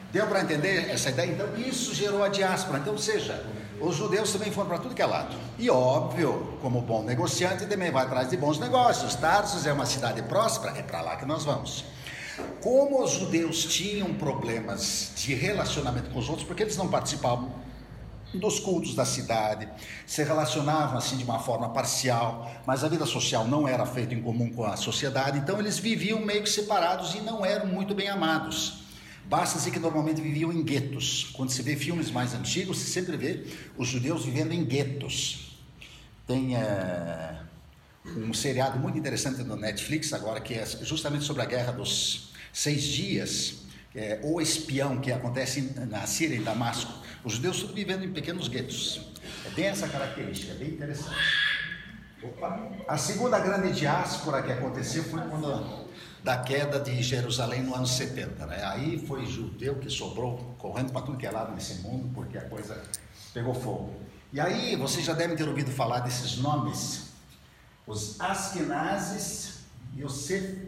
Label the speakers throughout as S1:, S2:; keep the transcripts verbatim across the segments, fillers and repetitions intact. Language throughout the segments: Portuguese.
S1: Deu para entender essa ideia? Então isso gerou a diáspora. Então, ou seja, os judeus também foram para tudo que é lado. E óbvio, como bom negociante, também vai atrás de bons negócios. Tarsus é uma cidade próspera, é para lá que nós vamos. Como os judeus tinham problemas de relacionamento com os outros, porque eles não participavam dos cultos da cidade, se relacionavam assim de uma forma parcial, mas a vida social não era feita em comum com a sociedade, então eles viviam meio que separados e não eram muito bem amados. Basta dizer que normalmente viviam em guetos. Quando se vê filmes mais antigos, se sempre vê os judeus vivendo em guetos. Tem é, um seriado muito interessante no Netflix agora, que é justamente sobre a Guerra dos Seis Dias, que é O Espião, que acontece na Síria, em Damasco. Os judeus tudo vivendo em pequenos guetos. É bem essa característica, é bem interessante. Opa. A segunda grande diáspora que aconteceu foi quando, da queda de Jerusalém no ano setenta. Né? Aí foi judeu que sobrou, correndo para tudo que é lado nesse mundo, porque a coisa pegou fogo. E aí vocês já devem ter ouvido falar desses nomes, os Askenazes e os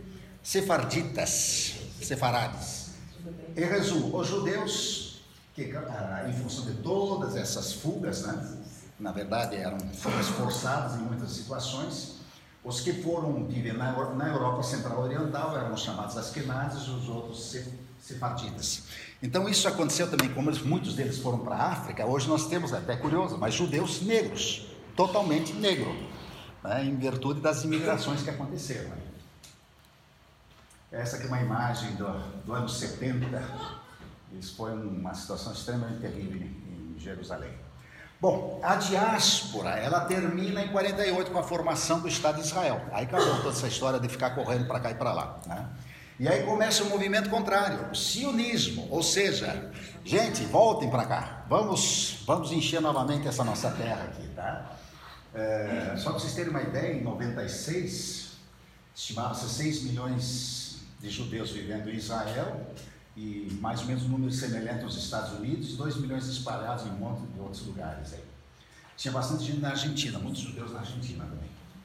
S1: Sefarditas, Sefarades. Em resumo, os judeus que, em função de todas essas fugas, né, na verdade eram fugas forçadas em muitas situações, os que foram viver na, na Europa Central Oriental eram chamados Askenazes, os outros Sefarditas. Então isso aconteceu também, como eles, muitos deles foram para a África, hoje nós temos, até curioso, mas judeus negros, totalmente negro, né, em virtude das imigrações que aconteceram. Né? Essa aqui é uma imagem do, do ano setenta, isso foi uma situação extremamente terrível em Jerusalém. Bom, a diáspora, ela termina em quarenta e oito com a formação do Estado de Israel. Aí acabou toda essa história de ficar correndo para cá e para lá, né? E aí começa o movimento contrário, o sionismo, ou seja, gente, voltem para cá, vamos, vamos encher novamente essa nossa terra aqui, tá? É, só para vocês terem uma ideia, em noventa e seis, estimava-se seis milhões de judeus vivendo em Israel, e mais ou menos um número semelhante aos Estados Unidos, dois milhões espalhados em um monte de outros lugares aí. Tinha bastante gente na Argentina, muitos judeus na Argentina também.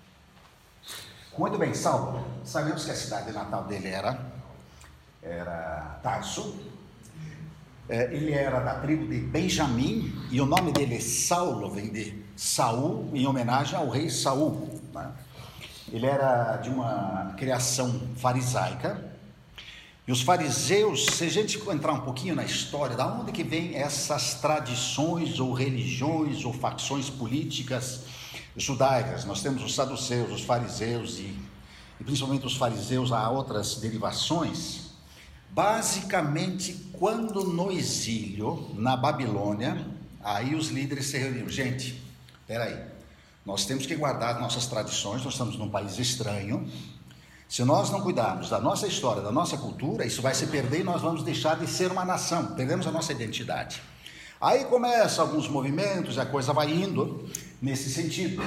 S1: Muito bem, Saulo, sabemos que a cidade natal dele era, era Tarso, é, ele era da tribo de Benjamim, e o nome dele, Saulo, vem de Saul, em homenagem ao rei Saul, né? Ele era de uma criação farisaica. E os fariseus, se a gente entrar um pouquinho na história, da onde que vem essas tradições ou religiões ou facções políticas judaicas? Nós temos os saduceus, os fariseus e, e principalmente os fariseus, há outras derivações. Basicamente, quando no exílio, na Babilônia, aí os líderes se reuniram. Gente, peraí, nós temos que guardar nossas tradições, nós estamos num país estranho. Se nós não cuidarmos da nossa história, da nossa cultura, isso vai se perder e nós vamos deixar de ser uma nação, perdemos a nossa identidade. Aí começam alguns movimentos e a coisa vai indo nesse sentido.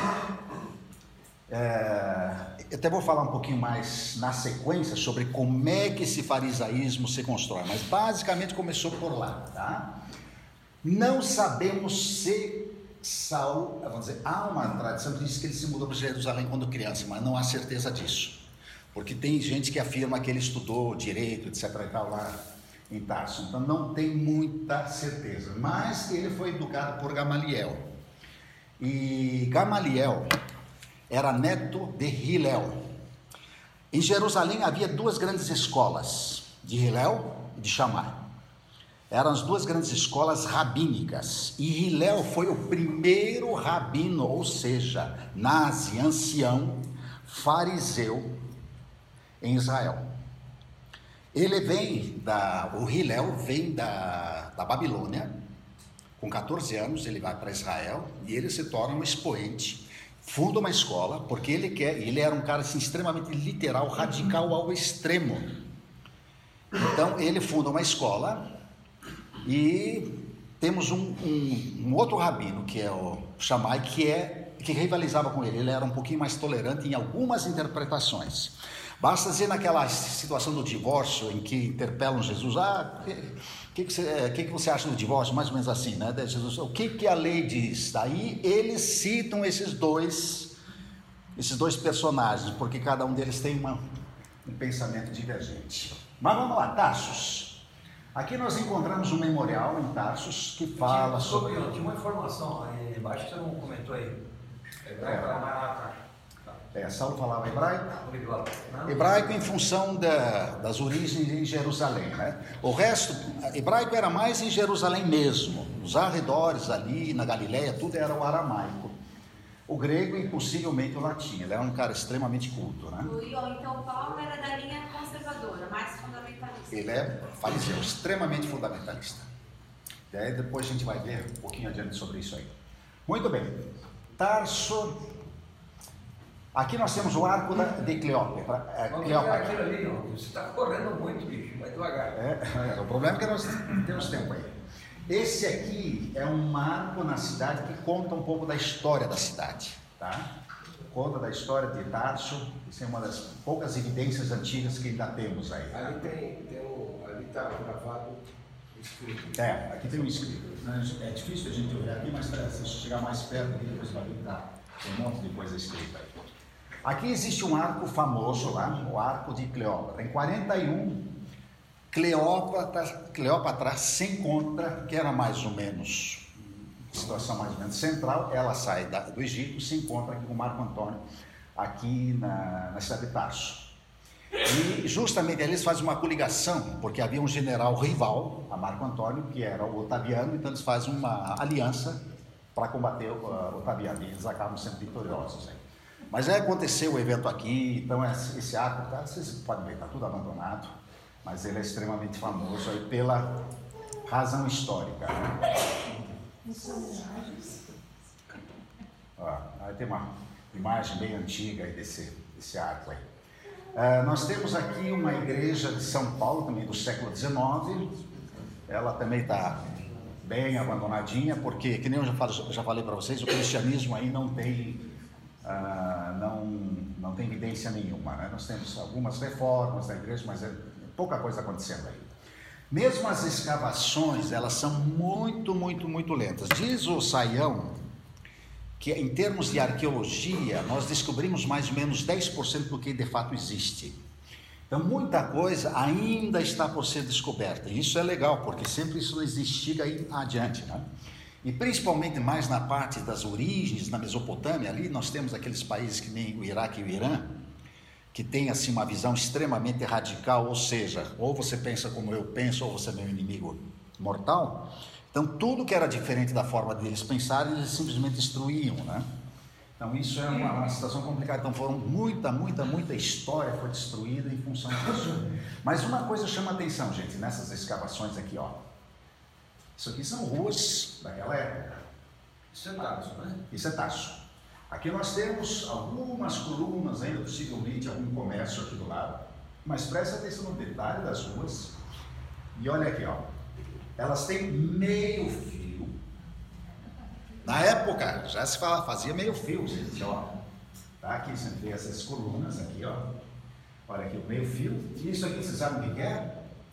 S1: É, eu até vou falar um pouquinho mais na sequência sobre como é que esse farisaísmo se constrói, mas basicamente começou por lá, tá? Não sabemos se Saul, vamos dizer, há uma tradição que diz que ele se mudou para Jerusalém quando criança, mas não há certeza disso. Porque tem gente que afirma que ele estudou direito, etc e tal, lá em Tarso. Então não tem muita certeza. Mas ele foi educado por Gamaliel. E Gamaliel era neto de Hilel. Em Jerusalém havia duas grandes escolas, de Hilel e de Shammai. Eram as duas grandes escolas rabínicas. E Hilel foi o primeiro rabino, ou seja, nazi, ancião, fariseu, em Israel. Ele vem da, o Hilel vem da, da Babilônia, com catorze anos ele vai para Israel e ele se torna um expoente, funda uma escola, porque ele quer, ele era um cara assim, extremamente literal, radical ao extremo. Então ele funda uma escola e temos um, um, um outro rabino, que é o Shammai, que, é, que rivalizava com ele, ele era um pouquinho mais tolerante em algumas interpretações. Basta dizer naquela situação do divórcio, em que interpelam Jesus, ah, o que, que, você, que, que você acha do divórcio? Mais ou menos assim, né? Jesus, o que, que a lei diz? Daí eles citam esses dois, esses dois personagens, porque cada um deles tem uma, um pensamento divergente. Mas vamos lá, Tarsus. Aqui nós encontramos um memorial em Tarsus que fala
S2: tinha,
S1: sobre...
S2: Tinha uma informação aí embaixo que você não comentou aí. Hebraico era mais lá.
S1: É, Saulo falava hebraico.
S2: Não.
S1: Hebraico em função da, das origens em Jerusalém, né? O resto, hebraico era mais em Jerusalém mesmo. Os arredores ali, na Galileia, tudo era o aramaico. O grego e possivelmente o latim. Ele era um cara extremamente culto, né?
S3: Então Paulo era da linha conservadora, mais fundamentalista.
S1: Ele é fariseu, extremamente fundamentalista. E aí depois a gente vai ver um pouquinho adiante sobre isso aí. Muito bem. Tarso... Aqui nós temos o arco da, de Cleópatra. É,
S2: Vamos
S1: Cleópatra.
S2: ver aquilo ali, ó. Você está correndo muito, bicho, vai devagar.
S1: É, é, o problema é que nós temos tempo aí. Esse aqui é um marco na cidade que conta um pouco da história da cidade, tá? Conta da história de Tarso. Isso é uma das poucas evidências antigas que ainda temos aí. Tá?
S4: Ali tem, tem um, ali está gravado escrito.
S1: É, aqui tem um escrito. É difícil a gente olhar aqui, mas se chegar mais perto aqui, depois vai ficar um monte de coisa escrita aí. Aqui existe um arco famoso lá, o arco de Cleópatra. Em quarenta e um, Cleópatra, Cleópatra se encontra, que era mais ou menos, situação mais ou menos central, ela sai da, do Egito e se encontra aqui com Marco Antônio, aqui na, na cidade de Tarso. E justamente eles fazem uma coligação, porque havia um general rival, a Marco Antônio, que era o Otaviano, então eles fazem uma aliança para combater o uh, Otaviano, e eles acabam sendo vitoriosos aí. Mas aí aconteceu o evento aqui, então esse arco, tá, vocês podem ver, está tudo abandonado, mas ele é extremamente famoso aí pela razão histórica. Né? Ó, aí tem uma imagem bem antiga aí desse, desse arco aí. Uh, nós temos aqui uma igreja de São Paulo, também do século dezenove, ela também está bem abandonadinha, porque, que nem eu já, falo, já falei para vocês, o cristianismo aí não tem... Uh, não, não tem evidência nenhuma, né? Nós temos algumas reformas da igreja, mas é pouca coisa acontecendo aí. Mesmo as escavações, elas são muito, muito, muito lentas. Diz o Saião que em termos de arqueologia, nós descobrimos mais ou menos dez por cento do que de fato existe. Então muita coisa ainda está por ser descoberta, e isso é legal, porque sempre isso nos instiga aí adiante, né? E principalmente mais na parte das origens, na Mesopotâmia, ali nós temos aqueles países que nem o Iraque e o Irã, que tem assim uma visão extremamente radical, ou seja, ou você pensa como eu penso, ou você é meu inimigo mortal. Então tudo que era diferente da forma deles pensarem, eles simplesmente destruíam, né? Então isso é uma, uma situação complicada. Então foram muita, muita, muita história foi destruída em função disso. Mas uma coisa chama atenção, gente, nessas escavações aqui, ó. Isso aqui são ruas daquela época.
S2: Isso é Tarso, né?
S1: Isso é Tarso. Aqui nós temos algumas colunas ainda, possivelmente algum comércio aqui do lado. Mas presta atenção no detalhe das ruas. E olha aqui, ó. Elas têm meio fio. Na época, já se fala, fazia meio fio, gente, ó. Tá aqui, você vê essas colunas aqui, ó. Olha aqui o meio fio. E isso aqui, vocês sabem o que é?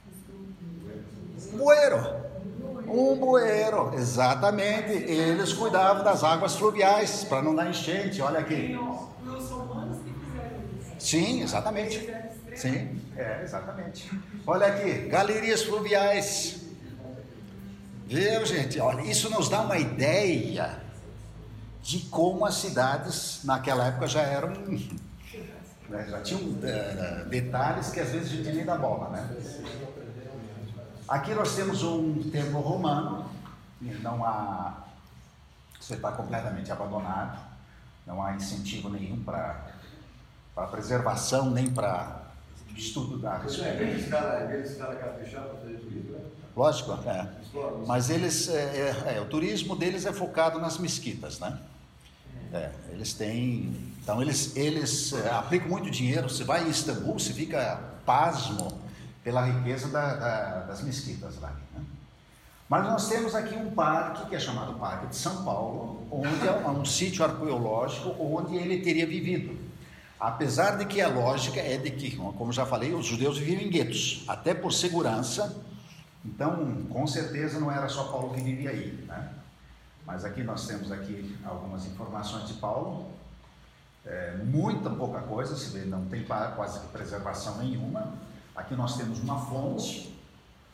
S1: Bueiro. Um bueiro, exatamente. Eles cuidavam das águas fluviais para não dar enchente. Olha aqui.
S3: Os romanos que fizeram isso.
S1: Sim, exatamente. Sim, é, exatamente. Olha aqui, galerias fluviais. Viu, gente? Olha, isso nos dá uma ideia de como as cidades naquela época já eram, né, já tinham uh, detalhes que às vezes a gente nem dá bola, né? Aqui nós temos um templo romano, não há, isso está completamente abandonado, não há incentivo nenhum para para preservação, nem para estudo da
S4: Isso é aqueles caras aqueles cara caprichados para fazer turismo, né?
S1: Lógico, é. Mas eles, é, é, o turismo deles é focado nas mesquitas, né? É, eles têm, então eles, eles é, aplicam muito dinheiro. Você vai em Istambul, você fica pasmo pela riqueza da, da, das mesquitas lá, né? Mas nós temos aqui um parque que é chamado Parque de São Paulo, onde é um, um sítio arqueológico onde ele teria vivido. Apesar de que a lógica é de que, como já falei, os judeus viviam em guetos, até por segurança. Então, com certeza não era só Paulo que vivia aí, né? Mas aqui nós temos aqui algumas informações de Paulo, é, muita pouca coisa, se vê, não tem quase preservação nenhuma. Aqui nós temos uma fonte,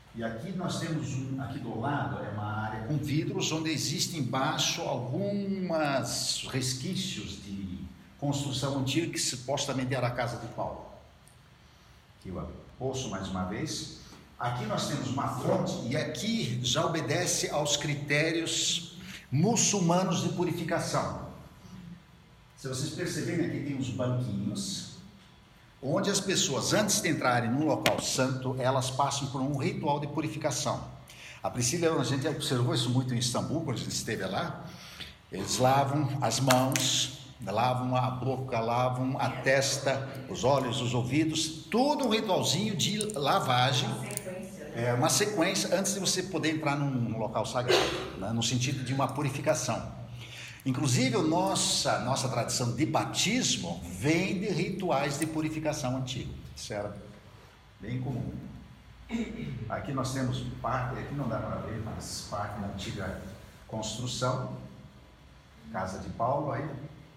S1: E aqui nós temos, um, aqui do lado, é uma área com vidros, onde existem embaixo alguns resquícios de construção antiga, que supostamente era a casa de Paulo. Aqui o poço mais uma vez. Aqui nós temos uma fonte, e aqui já obedece aos critérios muçulmanos de purificação. Se vocês perceberem, aqui tem uns banquinhos, onde as pessoas, antes de entrarem num local santo, elas passam por um ritual de purificação. A Priscila, a gente observou isso muito em Istambul, quando a gente esteve lá. Eles lavam as mãos, lavam a boca, lavam a testa, os olhos, os ouvidos, tudo um ritualzinho de lavagem, é uma sequência antes de você poder entrar num, num local sagrado, né, no sentido de uma purificação. Inclusive, a nossa, nossa tradição de batismo vem de rituais de purificação antigos. Isso era bem comum. Aqui nós temos parte, aqui não dá para ver, mas parte da antiga construção, casa de Paulo aí.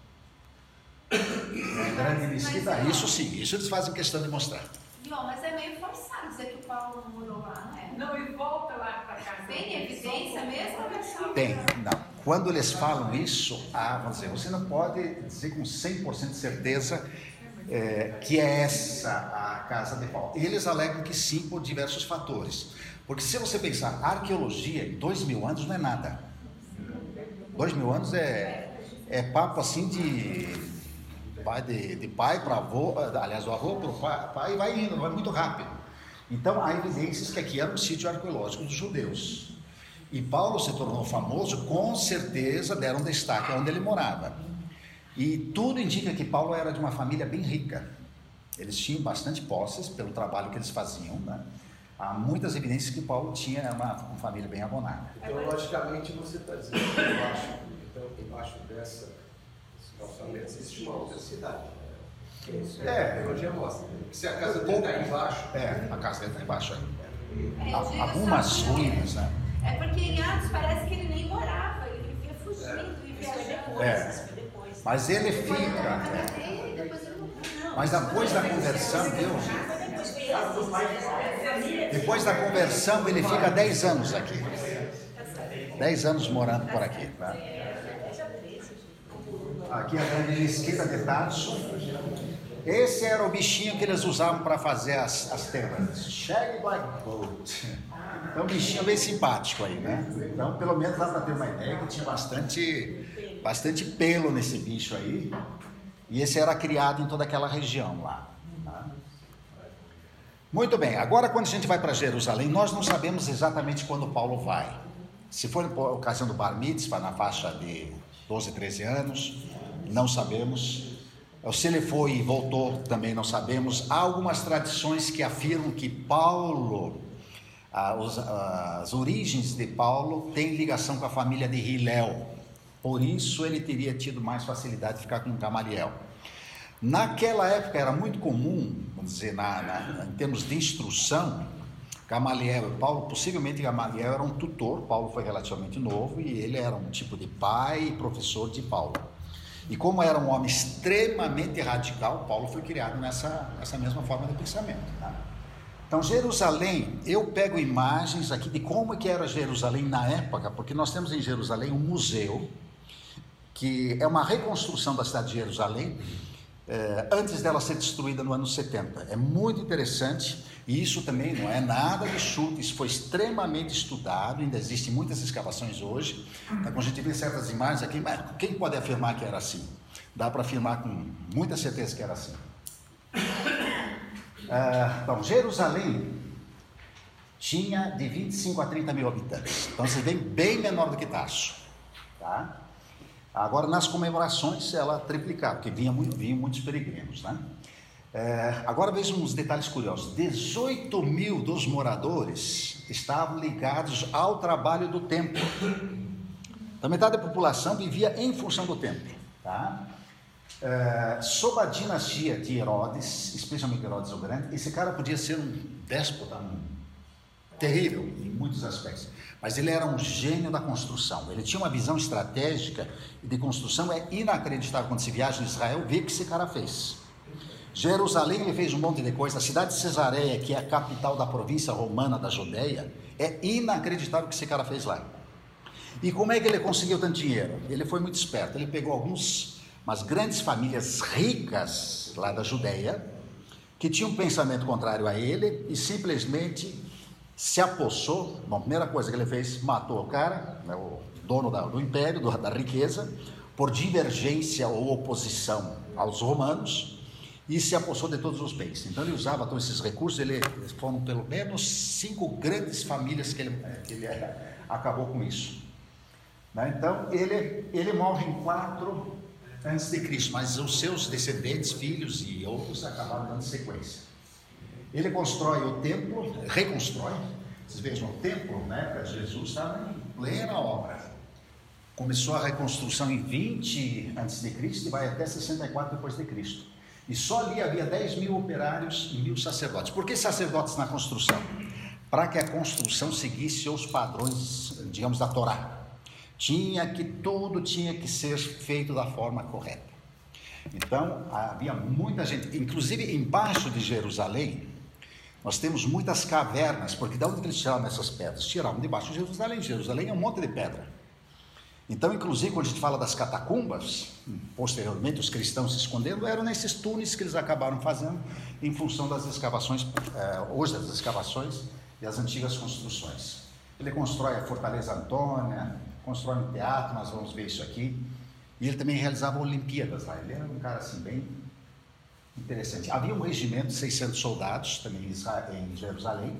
S1: É grande mesquita, isso sim, isso eles fazem questão de mostrar.
S3: Ion, mas é meio forçado dizer que o Paulo não morou lá, não é?
S5: Não, e volta lá para casa.
S3: Tem evidência mesmo ou é só...
S1: Tem, não. Quando eles falam isso, ah, vamos dizer, você não pode dizer com cem por cento de certeza é, que é essa a casa de Paulo. Eles alegam que sim, por diversos fatores. Porque se você pensar, arqueologia em dois mil anos não é nada. Dois mil anos é, é papo assim de... Pai de, de pai para avô, aliás, do avô para o pai, pai, e vai indo, vai muito rápido. Então, há evidências que aqui era um sítio arqueológico dos judeus. E Paulo se tornou famoso, com certeza deram destaque onde ele morava. E tudo indica que Paulo era de uma família bem rica. Eles tinham bastante posses pelo trabalho que eles faziam, né? Há muitas evidências que Paulo tinha uma, uma família bem abonada.
S4: Então, logicamente, você está dizendo que embaixo, então, embaixo dessa... existe uma outra cidade.
S1: É,
S4: a arqueologia mostra. Se a casa dele está embaixo.
S1: É, a casa dele está embaixo aí.
S3: É,
S1: Há, algumas ruínas, né?
S3: É porque em Atos parece que ele nem morava, ele vivia fugindo é. e viajando.
S1: É. Mas ele fica. É. Mas depois da conversão, Deus. Depois da conversão, ele fica dez anos aqui. dez anos morando por aqui. Tá? Aqui a grande mesquita de Tarso. Esse era o bichinho que eles usavam para fazer as, as tendas. Shaggy Black Boat. É um bichinho bem simpático aí, né? Então, pelo menos dá para ter uma ideia que tinha bastante, bastante pelo nesse bicho aí. E esse era criado em toda aquela região lá. Tá? Muito bem, agora quando a gente vai para Jerusalém, nós não sabemos exatamente quando Paulo vai. Se for por ocasião do Bar Mitzvah, na faixa de doze, treze anos, não sabemos. Se ele foi e voltou, também não sabemos. Há algumas tradições que afirmam que Paulo, ah, os, ah, as origens de Paulo têm ligação com a família de Hilel. Por isso ele teria tido mais facilidade de ficar com Gamaliel. Naquela época era muito comum, vamos dizer, na, na, em termos de instrução, Gamaliel e Paulo, possivelmente Gamaliel era um tutor, Paulo foi relativamente novo e ele era um tipo de pai e professor de Paulo. E como era um homem extremamente radical, Paulo foi criado nessa, nessa mesma forma de pensamento. Tá? Então, Jerusalém, eu pego imagens aqui de como que era Jerusalém na época, porque nós temos em Jerusalém um museu, que é uma reconstrução da cidade de Jerusalém, eh, antes dela ser destruída no ano setenta. É muito interessante, e isso também não é nada de chute, isso foi extremamente estudado, ainda existem muitas escavações hoje. Então, quando a gente vê certas imagens aqui, mas quem pode afirmar que era assim? Dá para afirmar com muita certeza que era assim. Ah, então, Jerusalém tinha de vinte e cinco a trinta mil habitantes, então você vê bem menor do que Tarso, tá? Agora, nas comemorações, ela triplicava, porque vinha, vinham muitos peregrinos, né? É, agora vejam uns detalhes curiosos. dezoito mil dos moradores estavam ligados ao trabalho do templo. Então, metade da população vivia em função do templo, tá? É, sob a dinastia de Herodes, especialmente Herodes o Grande, esse cara podia ser um déspota, um terrível em muitos aspectos, mas ele era um gênio da construção. Ele tinha uma visão estratégica de construção, é inacreditável quando se viaja em Israel ver o que esse cara fez. Jerusalém ele fez um monte de coisa. A cidade de Cesareia, que é a capital da província romana da Judeia, é inacreditável o que esse cara fez lá. E como é que ele conseguiu tanto dinheiro? Ele foi muito esperto. Ele pegou alguns, umas grandes famílias ricas lá da Judeia, que tinham um pensamento contrário a ele, e simplesmente se apossou. Bom, a primeira coisa que ele fez, matou o cara, né, o dono da, do império, do, da riqueza, por divergência ou oposição aos romanos, e se apossou de todos os bens. Então ele usava todos esses recursos. Ele foram pelo menos cinco grandes famílias que ele, que ele acabou com isso. Então ele, ele morre em quatro antes de Cristo, mas os seus descendentes, filhos e outros acabaram dando sequência. Ele constrói o templo, reconstrói. Vocês vejam, o templo na época de Jesus estava em plena obra. Começou a reconstrução em vinte antes de Cristo e vai até sessenta e quatro depois de Cristo. E só ali havia dez mil operários e mil sacerdotes. Por que sacerdotes na construção? Para que a construção seguisse os padrões, digamos, da Torá. Tinha que, tudo tinha que ser feito da forma correta. Então, havia muita gente, inclusive embaixo de Jerusalém, nós temos muitas cavernas, porque de onde eles tiravam essas pedras? Tiravam debaixo de Jerusalém. Jerusalém é um monte de pedra. Então, inclusive, quando a gente fala das catacumbas, posteriormente os cristãos se escondendo, eram nesses túneis que eles acabaram fazendo em função das escavações, eh, hoje das escavações e as antigas construções. Ele constrói a Fortaleza Antônia, constrói um teatro, nós vamos ver isso aqui, e ele também realizava Olimpíadas lá. Ele era um cara assim bem interessante. Havia um regimento de seiscentos soldados também em, Israel, em Jerusalém,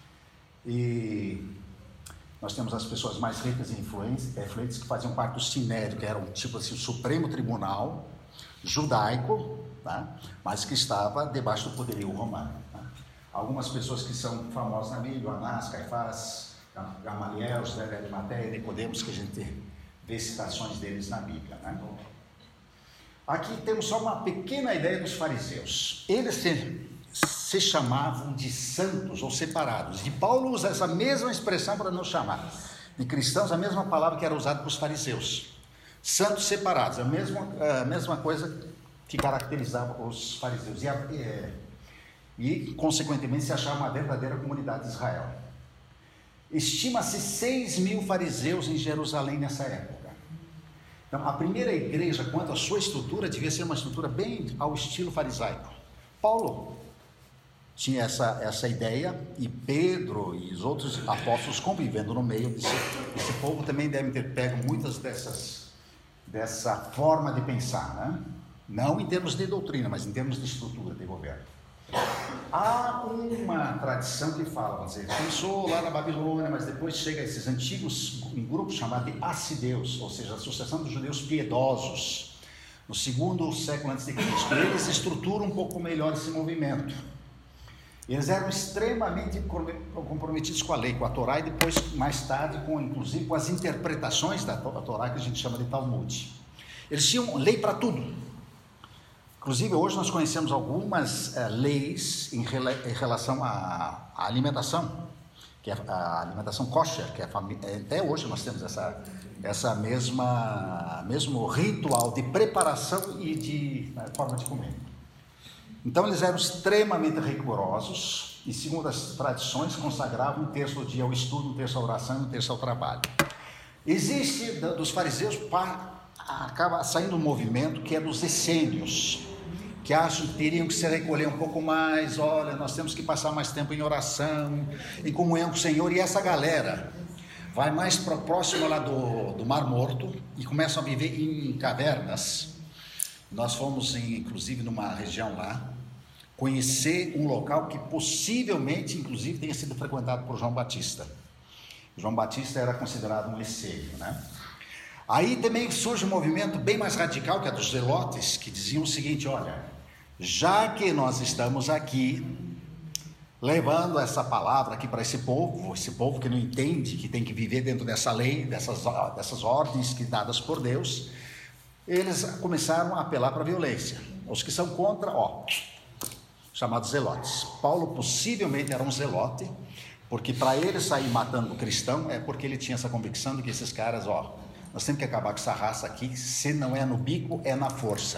S1: e nós temos as pessoas mais ricas e influentes que faziam parte do Sinédrio, que era um tipo assim, o Supremo Tribunal judaico, tá? Mas que estava debaixo do poderio romano. Tá? Algumas pessoas que são famosas na Bíblia, Anás, Caifás, Gamaliel, José de Arimateia, Nicodemos, que a gente vê citações deles na Bíblia. Né? Aqui temos só uma pequena ideia dos fariseus. Eles se, se chamavam de santos ou separados. E Paulo usa essa mesma expressão para nos chamar de cristãos, a mesma palavra que era usada para os fariseus. Santos separados, a mesma, a mesma coisa que caracterizava os fariseus. E, e, e consequentemente, se achava uma verdadeira comunidade de Israel. Estima-se seis mil fariseus em Jerusalém nessa época. Então, a primeira igreja, quanto à sua estrutura, devia ser uma estrutura bem ao estilo farisaico. Paulo tinha essa, essa ideia, e Pedro e os outros apóstolos convivendo no meio desse, desse povo também devem ter pego muitas dessas, dessa forma de pensar, né? Não em termos de doutrina, mas em termos de estrutura de governo. Há uma tradição que fala, vamos dizer, começou lá na Babilônia, mas depois chega a esses antigos um grupo chamado de Assideus, ou seja, a Associação dos Judeus Piedosos, no segundo século antes de Cristo. Eles estruturam um pouco melhor esse movimento. Eles eram extremamente comprometidos com a lei, com a Torá, e depois, mais tarde, com, inclusive com as interpretações da Torá, que a gente chama de Talmud. Eles tinham lei para tudo. Inclusive, hoje nós conhecemos algumas uh, leis em, rela em relação à, à alimentação, que é a alimentação kosher, que é até hoje nós temos essa, essa mesma mesmo ritual de preparação e de uh, forma de comer. Então, eles eram extremamente rigorosos e, segundo as tradições, consagravam um terço do dia ao estudo, um terço à oração e um terço ao trabalho. Existe, dos fariseus, acaba saindo um movimento que é dos essênios, que acham que teriam que se recolher um pouco mais. Olha, nós temos que passar mais tempo em oração, em comunhão com o Senhor. E essa galera vai mais para próximo lá do, do Mar Morto e começam a viver em cavernas. Nós fomos, em, inclusive, numa região lá, conhecer um local que possivelmente, inclusive, tenha sido frequentado por João Batista. João Batista era considerado um essênio, né? Aí também surge um movimento bem mais radical, que é dos zelotes, que diziam o seguinte: olha, já que nós estamos aqui levando essa palavra aqui para esse povo, esse povo que não entende que tem que viver dentro dessa lei, dessas, dessas ordens que dadas por Deus, eles começaram a apelar para a violência. Os que são contra, ó, chamados zelotes. Paulo possivelmente era um zelote, porque para ele sair matando o cristão é porque ele tinha essa convicção de que esses caras, ó, nós temos que acabar com essa raça aqui, se não é no bico, é na força.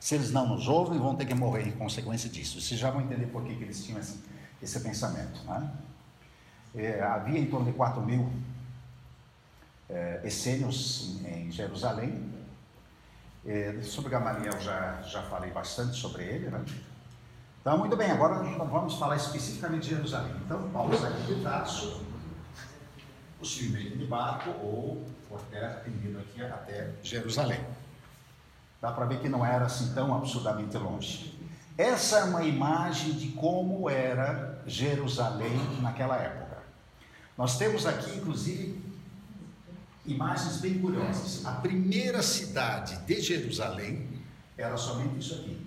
S1: Se eles não nos ouvem, vão ter que morrer em consequência disso. Vocês já vão entender por que, que eles tinham esse, esse pensamento. Né? É, havia em torno de quatro mil é, essênios em, em Jerusalém. É, sobre Gamaliel já, já falei bastante sobre ele. Né? Então, muito bem, agora nós vamos falar especificamente de Jerusalém. Então, Paulo sai de Tarso, possivelmente de barco ou por terra, tem vindo aqui até Jerusalém. Dá para ver que não era assim tão absurdamente longe. Essa é uma imagem de como era Jerusalém naquela época. Nós temos aqui, inclusive, imagens bem curiosas. A primeira cidade de Jerusalém era somente isso aqui.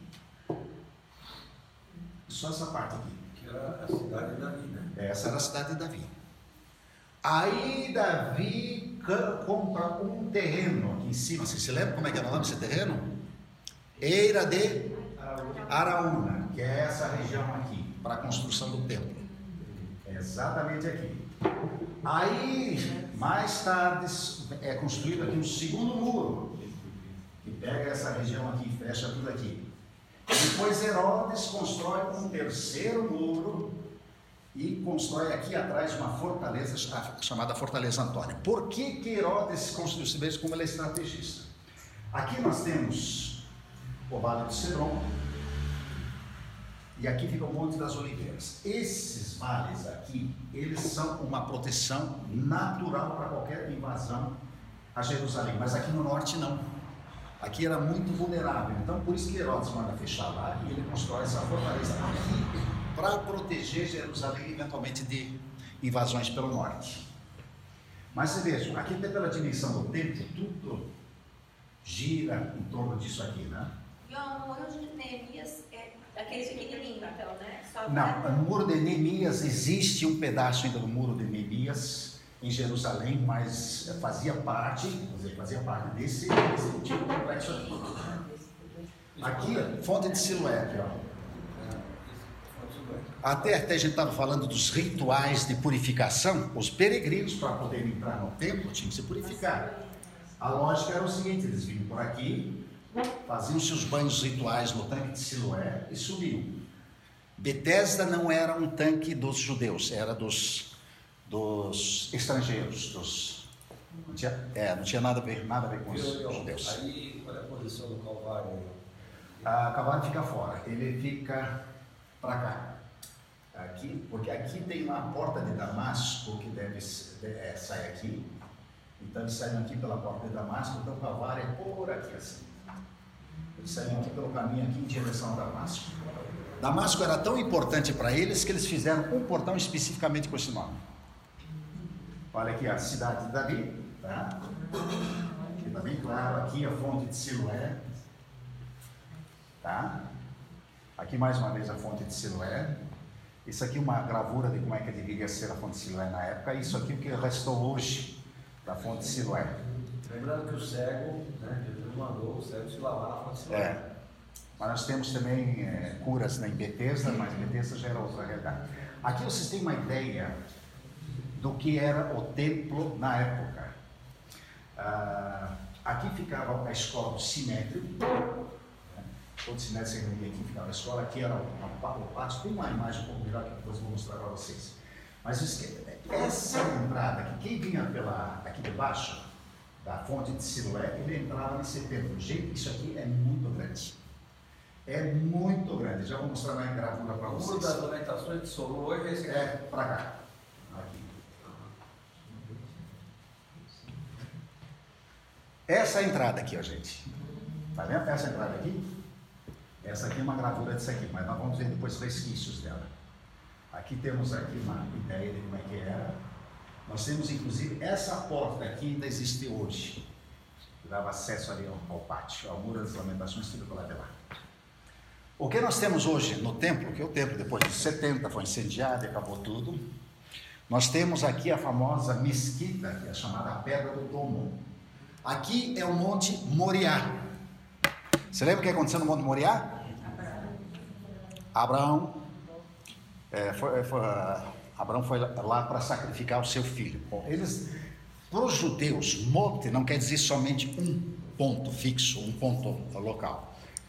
S1: Só essa parte aqui.
S4: Que era a cidade de Davi, né?
S1: Essa era a cidade de Davi. Aí Davi compra um terreno aqui em cima. Você se lembra como é que era o nome desse terreno? Eira de Araúna, que é essa região aqui, para a construção do templo. É exatamente aqui. Aí, mais tarde, é construído aqui um segundo muro, que pega essa região aqui e fecha tudo aqui. Depois Herodes constrói um terceiro muro e constrói aqui atrás uma fortaleza chamada Fortaleza Antônia. Por que que Herodes construiu esse beijo? Como ele é estrategista? Aqui nós temos o Vale do Cedron e aqui fica o Monte das Oliveiras. Esses vales aqui, eles são uma proteção natural para qualquer invasão a Jerusalém, mas aqui no norte não. Aqui era muito vulnerável, então por isso que Herodes manda fechar lá e ele constrói essa fortaleza aqui para proteger Jerusalém eventualmente de invasões pelo norte. Mas você veja, aqui até pela dimensão do templo, tudo gira em torno disso aqui, né?
S3: E o muro de Neemias é aquele pequenininho, então, né? Só
S1: Não,
S3: pra...
S1: o muro de Neemias, existe um pedaço ainda do muro de Neemias em Jerusalém, mas fazia parte, quer dizer, fazia parte desse, desse tipo de complexo aqui. Aqui, fonte de Siloé, aqui, ó. Até, até a gente estava falando dos rituais de purificação. Os peregrinos, para poderem entrar no templo, tinham que se purificar. A lógica era o seguinte: eles vinham por aqui, faziam seus banhos rituais no tanque de Siloé e subiam. Betesda não era um tanque dos judeus, era dos, dos estrangeiros. Dos, não, tinha, é, não tinha nada a ver, nada a ver com os judeus.
S4: Aí, qual é a posição do Calvário?
S1: A Calvário fica fora, ele fica para cá. Aqui, porque aqui tem uma porta de Damasco que deve é, sair aqui. Então eles saem aqui pela porta de Damasco, então o Calvário é por aqui assim. Eles saem aqui pelo caminho aqui em direção a Damasco. Damasco era tão importante para eles que eles fizeram um portão especificamente com esse nome. Olha aqui a cidade de Davi, tá? Aqui está bem claro, aqui a fonte de Siloé, tá? Aqui mais uma vez a fonte de Siloé. Isso aqui é uma gravura de como é que deveria ser a fonte de Siloé na época. Isso aqui é o que restou hoje da fonte de Siloé.
S2: Lembrando que o cego, né, Jesus mandou o cego se lavar na fonte de Siloé.
S1: É. Mas nós temos também é, curas em Betesda, mas Betesda já era outra realidade. Aqui vocês têm uma ideia do que era o templo na época. Ah, aqui ficava a escola do Sinédrio. Todo Sinédrio se reunia aqui, ficava a escola. Aqui era o pátio. Tem uma imagem um pouco melhor que depois eu vou mostrar para vocês. Mas essa entrada aqui, quem vinha pela, aqui de baixo, da fonte de Siloé, ele entrava nesse templo. Gente, isso aqui é muito grande. É muito grande. Já vou mostrar na gravura para vocês.
S2: O muro das lamentações de Solon hoje é esse aqui.
S1: É, para cá. Aqui. Essa é a entrada aqui, ó, gente. Tá vendo? Essa entrada aqui? Essa aqui é uma gravura disso aqui, mas nós vamos ver depois resquícios dela. Aqui temos aqui uma ideia de como é que era. Nós temos inclusive essa porta aqui ainda existe hoje, que dava acesso ali ao, ao pátio, ao muro das lamentações, tudo para lá de lá. O que nós temos hoje no templo, que é o templo depois de setenta foi incendiado e acabou tudo, nós temos aqui a famosa mesquita, que é chamada Pedra do Tomo. Aqui é o Monte Moriá. Você lembra o que aconteceu no Monte Moriá? Abraão, é, foi, foi, Abraão foi lá para sacrificar o seu filho. Bom, eles, para os judeus, monte não quer dizer somente um ponto fixo, um ponto local.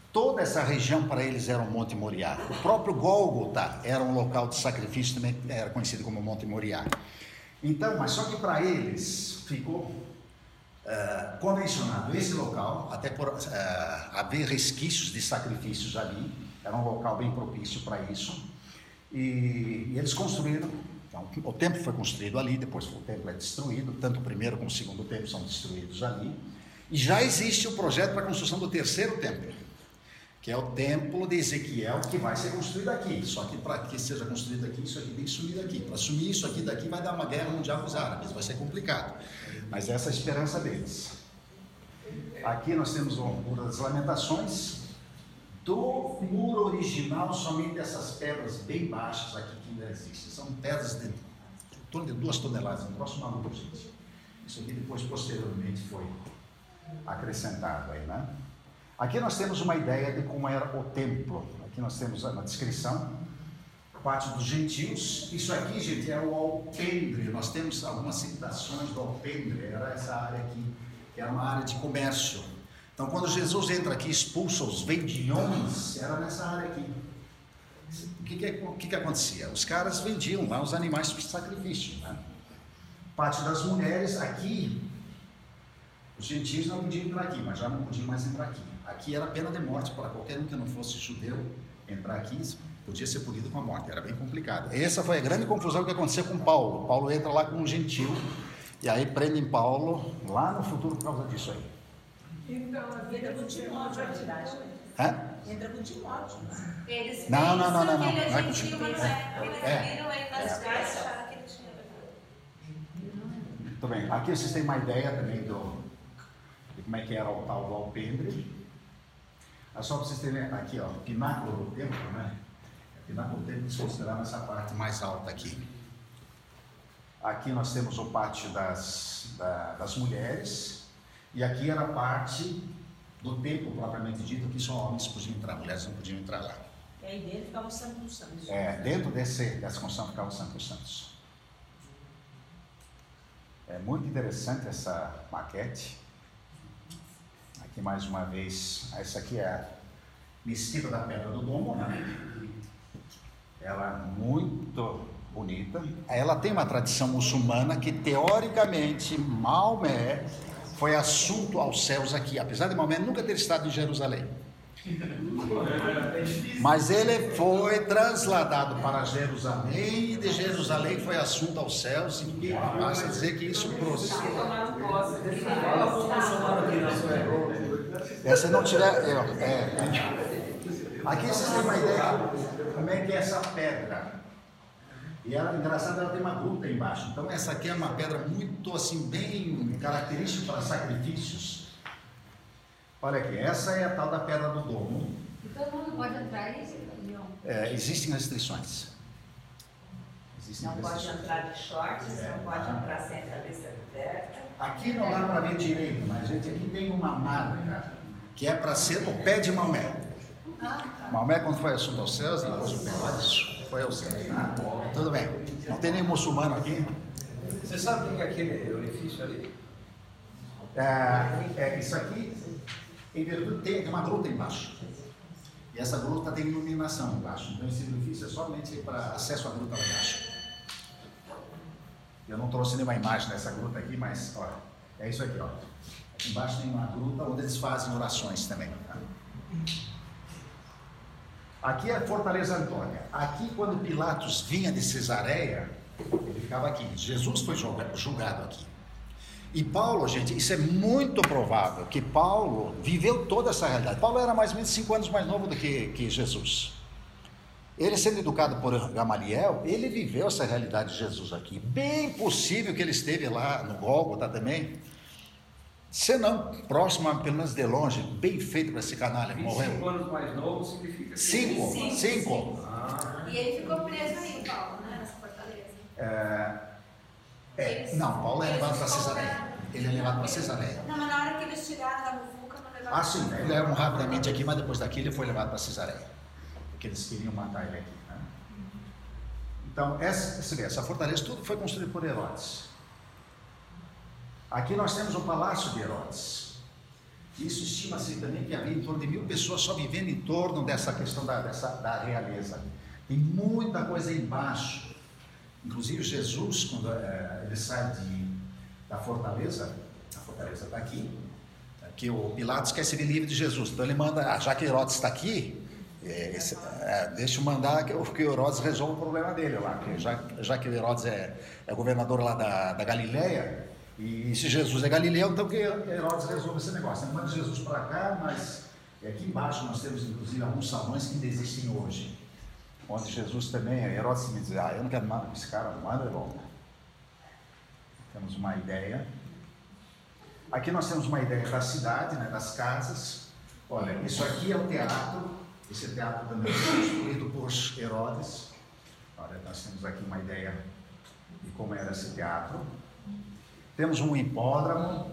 S1: Toda essa região para eles era um Monte Moriá. O próprio Gólgota era um local de sacrifício, também era conhecido como Monte Moriá. Então, mas só que para eles ficou uh, convencionado esse local, até por uh, haver resquícios de sacrifícios ali, era um local bem propício para isso, e, e eles construíram, então, o templo foi construído ali, depois o templo é destruído, tanto o primeiro como o segundo templo são destruídos ali, e já existe o projeto para a construção do terceiro templo, que é o templo de Ezequiel, que vai ser construído aqui. Só que para que seja construído aqui, isso aqui tem que sumir daqui. Para sumir isso aqui daqui vai dar uma guerra mundial com os árabes, vai ser complicado. Mas essa é a esperança deles. Aqui nós temos o Muro das Lamentações. Do muro original, somente essas pedras bem baixas aqui que ainda existem. São pedras de em torno de duas toneladas, um próximo maluco, gente. Isso aqui depois, posteriormente, foi acrescentado aí, né? Aqui nós temos uma ideia de como era o templo. Aqui nós temos na descrição, parte dos gentios. Isso aqui, gente, é o alpendre. Nós temos algumas citações do alpendre. Era essa área aqui, que era uma área de comércio. Então, quando Jesus entra aqui e expulsa os vendiões, era nessa área aqui. O que que, o que que acontecia? Os caras vendiam lá os animais para sacrifício, né? Parte das mulheres, aqui, os gentios não podiam entrar aqui, mas já não podiam mais entrar aqui. Aqui era pena de morte para qualquer um que não fosse judeu entrar aqui, podia ser punido com a morte, era bem complicado. Essa foi a grande confusão que aconteceu com Paulo. Paulo entra lá com um gentil e aí prendem Paulo lá no futuro por causa disso aí.
S5: Então, a vida
S3: Entra com Timóteo, na verdade.
S1: Hã?
S3: Entra com Timóteo. Eles
S1: Não, não, não, não, não,
S3: pensam que ele
S1: não é
S3: é
S1: com
S3: gentil,
S1: Timóteo.
S3: mas não é. Eles
S1: É.
S3: viram ele nas caixas e acharam que ele tinha.
S1: Muito bem, aqui vocês têm uma ideia também do, de como é que era o tal do alpendre. É só para vocês terem aqui, ó, o pináculo do templo, né? O pináculo do templo se considerar nessa parte mais alta aqui. Aqui nós temos o pátio das, da, das mulheres, e aqui era a parte do templo propriamente dito, que só homens podiam entrar, mulheres não podiam entrar lá.
S3: E aí dentro ficava o Santo dos Santos.
S1: É, dentro desse, dessa construção ficava o Santo dos Santos. É muito interessante essa maquete. Aqui mais uma vez, essa aqui é a mesquita da Pedra do Domo, né? Ela é muito bonita. Ela tem uma tradição muçulmana que teoricamente Maomé foi assunto aos céus aqui, apesar de Maomé nunca ter estado em Jerusalém. Mas ele foi trasladado para Jerusalém, e de Jerusalém foi assunto aos céus, e basta dizer que isso prossegue. É, se não tiver. É, é, aqui vocês têm uma ideia de como é que é essa pedra. E ela, engraçado, ela tem uma gruta embaixo. Então essa aqui é uma pedra muito assim, bem característica para sacrifícios. Olha aqui, essa é a tal da Pedra do Domo.
S5: E todo mundo pode entrar aí? Não.
S1: É, existem restrições. Existem
S6: Não pode
S1: restrições.
S6: entrar de shorts,
S1: É.
S6: não pode entrar sem a cabeça aberta.
S1: Aqui não dá para ver direito, mas gente, aqui tem uma marca que é para ser o pé de Maomé. Maomé, quando foi assunto aos céus, depois o pé lá, foi aos céus. Tá? Tudo bem. Não tem nenhum muçulmano aqui.
S2: Você sabe o que é aquele orifício ali?
S1: É, é, isso aqui, em virtude, tem, tem uma gruta embaixo. E essa gruta tem iluminação embaixo. Então esse orifício é somente para acesso à gruta lá embaixo. Eu não trouxe nenhuma imagem dessa gruta aqui, mas olha, é isso aqui, ó. Aqui embaixo tem uma gruta onde eles fazem orações também. Tá? Aqui é a Fortaleza Antônia. Aqui, quando Pilatos vinha de Cesareia, ele ficava aqui. Jesus foi julgado aqui. E Paulo, gente, isso é muito provável, que Paulo viveu toda essa realidade. Paulo era mais ou menos cinco anos mais novo do que, que Jesus. Ele sendo educado por Gamaliel, ele viveu essa realidade de Jesus aqui. Bem possível que ele esteve lá no Gólgota também. Se não, próximo, pelo menos de longe, bem feito para esse canalha que morreu.
S2: cinco anos mais novo significa...
S1: Cinco,
S3: Cinco.
S1: cinco.
S2: Ah,
S3: E ele ficou preso aí, Paulo, né? Nessa fortaleza.
S1: É, é, não, Paulo é levado para Cesareia. Ele é levado para Cesareia.
S3: Não, mas na hora que eles tiraram da muvuca, não levaram.
S1: Ah, sim, ele era rapidamente aqui, mas depois daqui ele foi levado para Cesareia. Porque eles queriam matar ele aqui. Né? Então, essa, você vê, essa fortaleza, tudo foi construído por Herodes. Aqui nós temos o Palácio de Herodes. Isso estima-se também que havia em torno de mil pessoas só vivendo em torno dessa questão da, dessa, da realeza. Tem muita coisa embaixo. Inclusive Jesus, quando é, ele sai de, da fortaleza, a fortaleza está aqui, que o Pilatos quer se ver livre de Jesus. Então ele manda, ah, já que Herodes está aqui, é, esse, é, deixa eu mandar que, que o Herodes resolva o problema dele lá. Que já, já que o Herodes é, é governador lá da, da Galileia, e se Jesus é galileu, então que Herodes resolva esse negócio. Ele manda Jesus para cá, mas aqui embaixo nós temos inclusive alguns salões que ainda existem hoje. Onde Jesus também, Herodes me diz, ah, eu não quero nada com esse cara, manda de volta. Temos uma ideia. Aqui nós temos uma ideia da cidade, né, das casas. Olha, isso aqui é o teatro. Esse teatro também foi construído por Herodes. Olha, nós temos aqui uma ideia de como era esse teatro. Temos um hipódromo.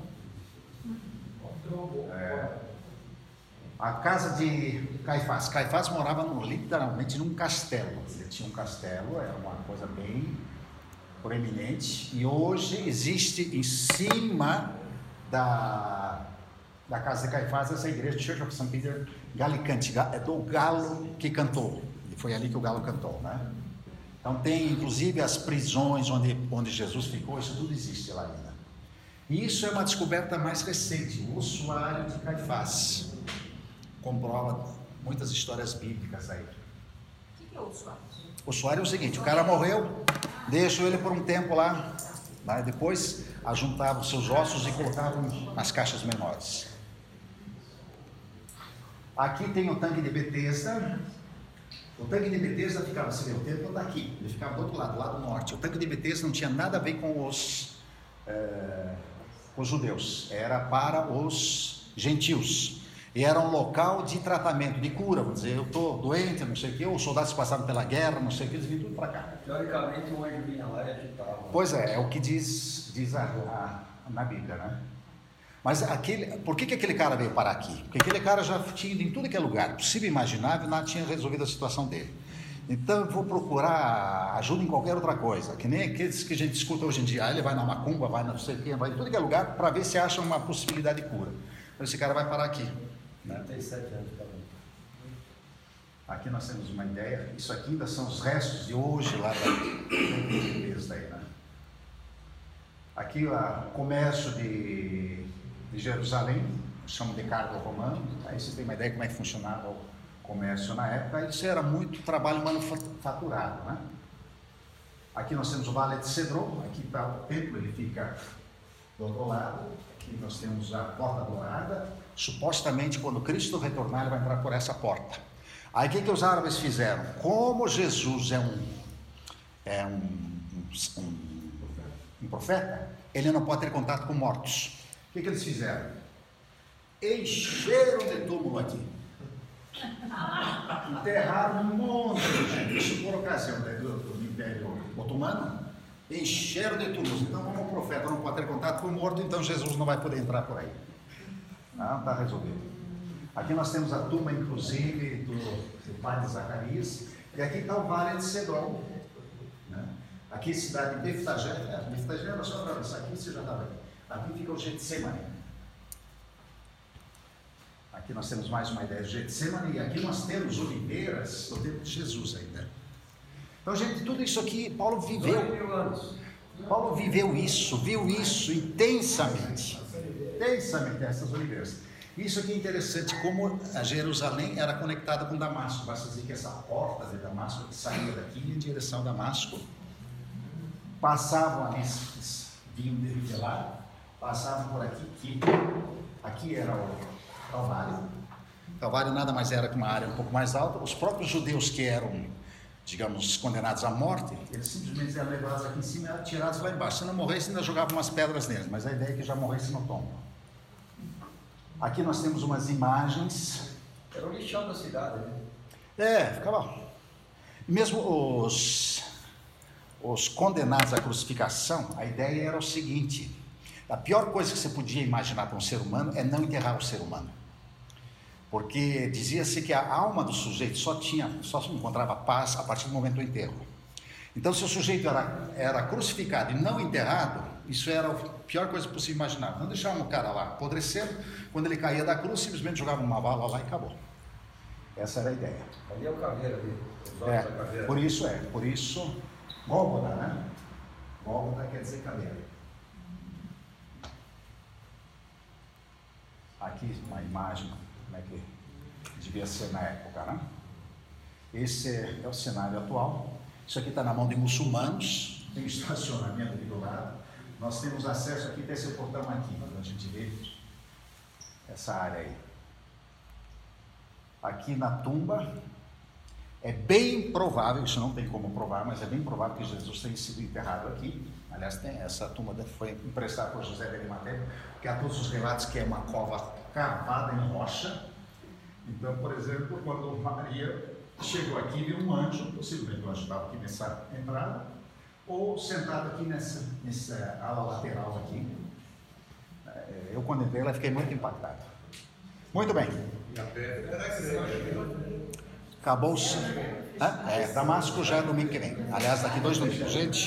S1: É, a casa de Caifás. Caifás morava no, literalmente num castelo. Ele tinha um castelo, era uma coisa bem proeminente. E hoje existe em cima da, da casa de Caifás essa igreja de Church of Saint Peter Gallicante, é do galo que cantou. E foi ali que o galo cantou, né? Então tem inclusive as prisões onde, onde Jesus ficou, isso tudo existe lá ainda. E isso é uma descoberta mais recente, o ossuário de Caifás. Comprova muitas histórias bíblicas aí.
S3: O que é o ossuário?
S1: O ossuário é o seguinte, o cara morreu, deixou ele por um tempo lá, né? Depois ajuntavam os seus ossos e colocavam nas caixas menores. Aqui tem o tanque de Betesda. O tanque de Betesda ficava, você vê, o templo está aqui, ele ficava do outro lado, do lado norte. O tanque de Betesda não tinha nada a ver com os, é, os judeus, era para os gentios. E era um local de tratamento, de cura, vamos dizer, eu estou doente, não sei o quê, os soldados passaram pela guerra, não sei o quê, eles vinham tudo para cá.
S2: Teoricamente, um anjo vinha lá e agitava.
S1: Pois é, é o que diz, diz a, a, na Bíblia, né? Mas aquele, por que, que aquele cara veio parar aqui? Porque aquele cara já tinha ido em tudo que é lugar possível e imaginável, nada tinha resolvido a situação dele. Então eu vou procurar ajuda em qualquer outra coisa, que nem aqueles que a gente escuta hoje em dia, ah, ele vai na macumba, vai não sei o quê, vai em tudo que é lugar para ver se acha uma possibilidade de cura. Então esse cara vai parar aqui.
S2: trinta e sete anos também.
S1: Aqui nós temos uma ideia, isso aqui ainda são os restos de hoje lá da Betesda aí, né? Aqui o comércio de, de Jerusalém, chamam de cargo romano, aí você tem uma ideia de como é que funcionava o comércio na época, isso era muito trabalho manufaturado, né? Aqui nós temos o Vale de Cedron, aqui está o templo, ele fica do outro lado, aqui nós temos a Porta Dourada, supostamente quando Cristo retornar ele vai entrar por essa porta. Aí o que, que os árabes fizeram? Como Jesus é um, é um, um, um profeta, ele não pode ter contato com mortos. O que, que eles fizeram? Encheram de túmulo aqui. Enterraram um monte de gente, isso por ocasião né, do, do Império Otomano. Encheram de túmulos. Então, como o profeta não pode ter contato com o morto, então Jesus não vai poder entrar por aí. Não, está resolvido. Aqui nós temos a tumba, inclusive, do, do pai de Zacarias. E aqui está o Vale de Cedron. Né? Aqui, cidade de Betfagé. É, Betfagé era só atravessar aqui, você já estava aqui. Aqui fica o Getsemane. Aqui nós temos mais uma ideia de Getsemane. E aqui nós temos oliveiras do tempo de Jesus ainda. Então, gente, tudo isso aqui, Paulo viveu.
S2: mil anos.
S1: Paulo viveu isso, viu isso intensamente. Intensamente essas oliveiras. Isso aqui é interessante, como a Jerusalém era conectada com Damasco. Basta dizer que essa porta de Damasco que saía daqui em direção a Damasco, passavam ali, vinham de lá, passavam por aqui, que aqui era o Calvário. O Calvário nada mais era que uma área um pouco mais alta. Os próprios judeus que eram, digamos, condenados à morte, eles simplesmente eram levados aqui em cima e eram tirados lá embaixo. Se não morresse, ainda jogavam umas pedras neles, mas a ideia é que já morresse no tombo. Aqui nós temos umas imagens.
S2: Era o lixão da cidade, né?
S1: É, ficava. Mesmo os, os condenados à crucificação, a ideia era o seguinte: a pior coisa que você podia imaginar para um ser humano é não enterrar o ser humano. Porque dizia-se que a alma do sujeito só tinha, só se encontrava paz a partir do momento do enterro. Então, se o sujeito era, era crucificado e não enterrado, Isso era a pior coisa possível imaginar. Não deixavam o cara lá apodrecendo. Quando ele caía da cruz, simplesmente jogavam uma bala lá e acabou. Essa era a ideia.
S4: Ali é o caveira ali, os olhos
S1: É,
S4: da caveira.
S1: por isso é, por isso, Gólgota, né? Gólgota quer dizer caveira. Aqui uma imagem, como é que devia ser na época, né? Esse é, é o cenário atual. Isso aqui está na mão de muçulmanos, tem estacionamento aqui do lado. Nós temos acesso aqui desse portão aqui, para a gente ver essa área aí. Aqui na tumba, é bem provável, isso não tem como provar, mas é bem provável que Jesus tenha sido enterrado aqui. Aliás, tem, essa tumba foi emprestada por José de Arimateia, porque há todos os relatos que é uma cova cavada em rocha. Então, por exemplo, quando Maria chegou aqui, viu um anjo, possivelmente o anjo estava aqui nessa entrada, ou sentado aqui nessa, nessa ala lateral aqui. Eu, quando entrei, ela fiquei muito impactado. Muito bem.
S4: E a pedra.
S1: Acabou-se. É, Damasco já é domingo que vem. Aliás, daqui dois domingos, gente.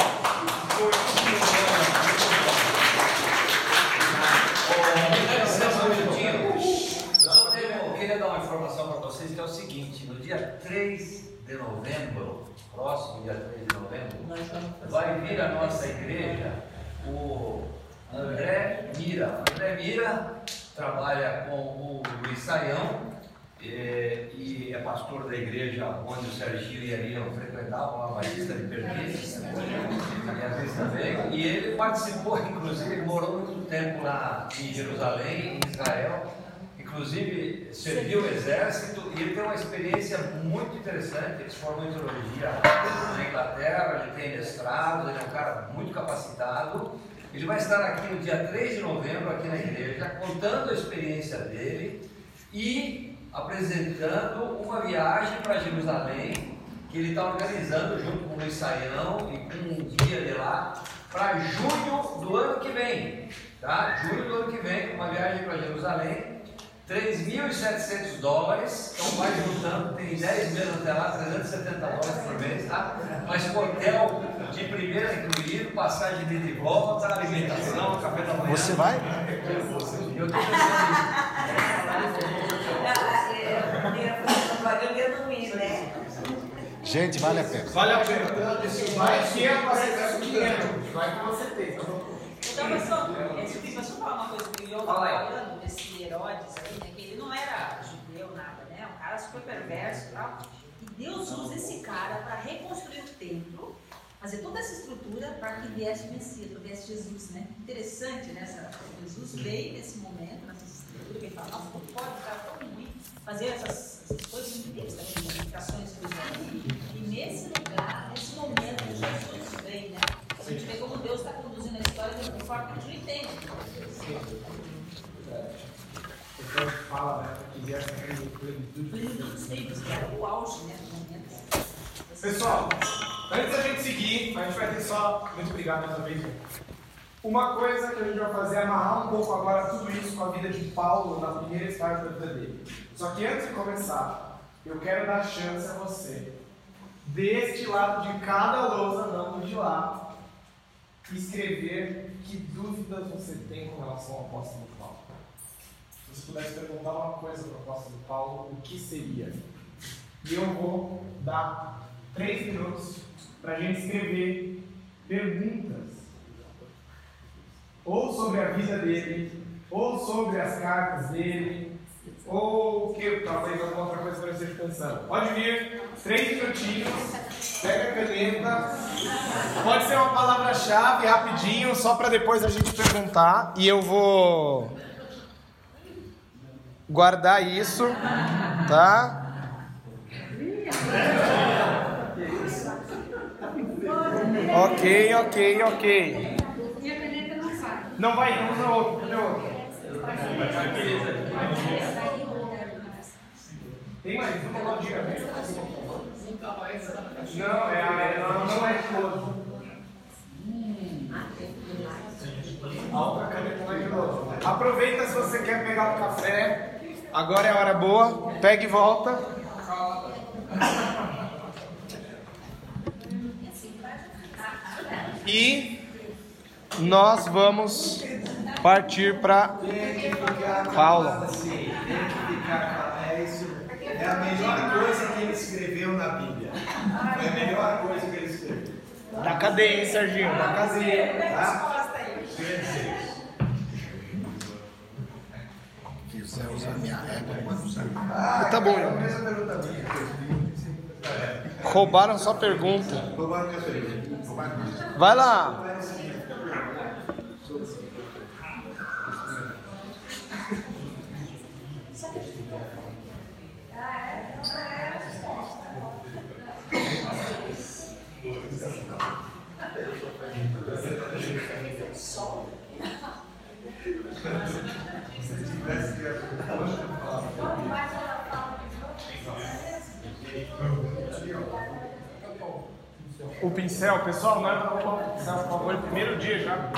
S2: Eu só tenho, queria dar uma informação para vocês que é o seguinte: no dia três de novembro, próximo dia três de novembro, vai vir a nossa igreja o André Mira. O André Mira trabalha com o Luiz Saião e, e é pastor da igreja onde o Serginho e a Eliam frequentavam, a Batista de Pernices, a minha vez também, e ele participou, inclusive, ele morou muito tempo lá em Jerusalém, em Israel, inclusive serviu o exército, e ele tem uma experiência muito interessante. Ele se formou em teologia na Inglaterra, ele tem mestrado, ele é um cara muito capacitado. Ele vai estar aqui no dia três de novembro, aqui na igreja, contando a experiência dele e apresentando uma viagem para Jerusalém, que ele está organizando junto com o Luiz Saião e com um guia de lá, para junho do ano que vem, tá? Junho do ano que vem, uma viagem para Jerusalém, três mil e setecentos dólares, então vai juntando, tem dez meses até lá, trezentos e setenta dólares por mês, tá? Mas com hotel de primeira incluído, passagem de ida e volta, alimentação, café da manhã.
S1: Você vai?
S2: Eu estou pensando
S1: Gente, vale a pena.
S7: Vale a pena. Vai que aparece o dinheiro. Vai que você tem.
S6: Então, pessoal, deixa eu falar uma coisa que eu estava falando desse Herodes aí, né? Que ele não era judeu, nada, né? Um cara super perverso e tal. E Deus usa esse cara para reconstruir o templo, fazer toda essa estrutura para que viesse o Messias, para que viesse Jesus, né? Interessante, né? Essa, Jesus veio nesse momento, nessa estrutura, que ele fala, nossa, como pode ficar tão ruim fazer essas, essas coisas incríveis também, modificações que e nesse lugar, nesse momento, Jesus vem, né? A gente vê como Deus está conduzindo a história de forma que a gente não entende.
S7: Então fala, né? Que viesse a
S6: Plenitude dos tempos, que era o auge, né? Do momento.
S7: Pessoal, antes da gente seguir, a gente vai ter só. Muito obrigado mais uma vez. Uma coisa que a gente vai fazer é amarrar um pouco agora tudo isso com a vida de Paulo na primeira estágio da vida dele. Só que antes de começar, eu quero dar chance a você, deste lado de cada lousa, não de lá, escrever que dúvidas você tem com relação ao apóstolo Paulo. Se você pudesse perguntar uma coisa para o apóstolo Paulo, o que seria? E eu vou dar três minutos para a gente escrever perguntas. Ou sobre a vida dele, ou sobre as cartas dele, ou o que? Talvez alguma outra coisa que você esteja pensando. Pode vir, três minutinhos, pega a caneta. Pode ser uma palavra-chave rapidinho, só para depois a gente perguntar. E eu vou guardar isso, tá? Ok, ok, ok.
S5: E a caneta não sai.
S7: Não vai, não usa outro, cadê outro? Tem mais, não pode diga mesmo. Não, é a não, não é todo. A outra caneta não é de novo. Aproveita se você quer pegar um café. Agora é a hora boa. Pega e volta. E nós vamos partir para Paulo.
S4: Sim, tem que ficar. É isso. É a melhor coisa que ele escreveu na Bíblia. Foi a melhor coisa que ele escreveu.
S7: Da cadeia, hein, Serginho? Da cadeia.
S4: Tá?
S1: Quiser usar minha régua, pode usar.
S4: Ah,
S7: Tá bom,
S4: é a
S7: irmão.
S4: mesma pergunta minha.
S7: Roubaram sua pergunta.
S4: Roubaram minha pergunta.
S7: Vai lá. O pincel, pessoal, não é para roubar o pincel, por favor, primeiro dia já.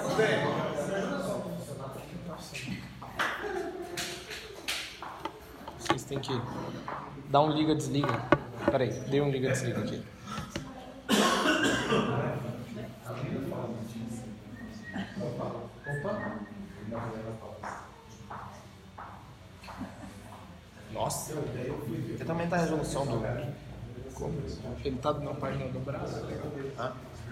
S7: Vocês têm que dar um liga, desliga. Peraí, dê um liga, desliga aqui. Nossa, você também tá a resolução do. Como? Ele tá na página do braço. Ah.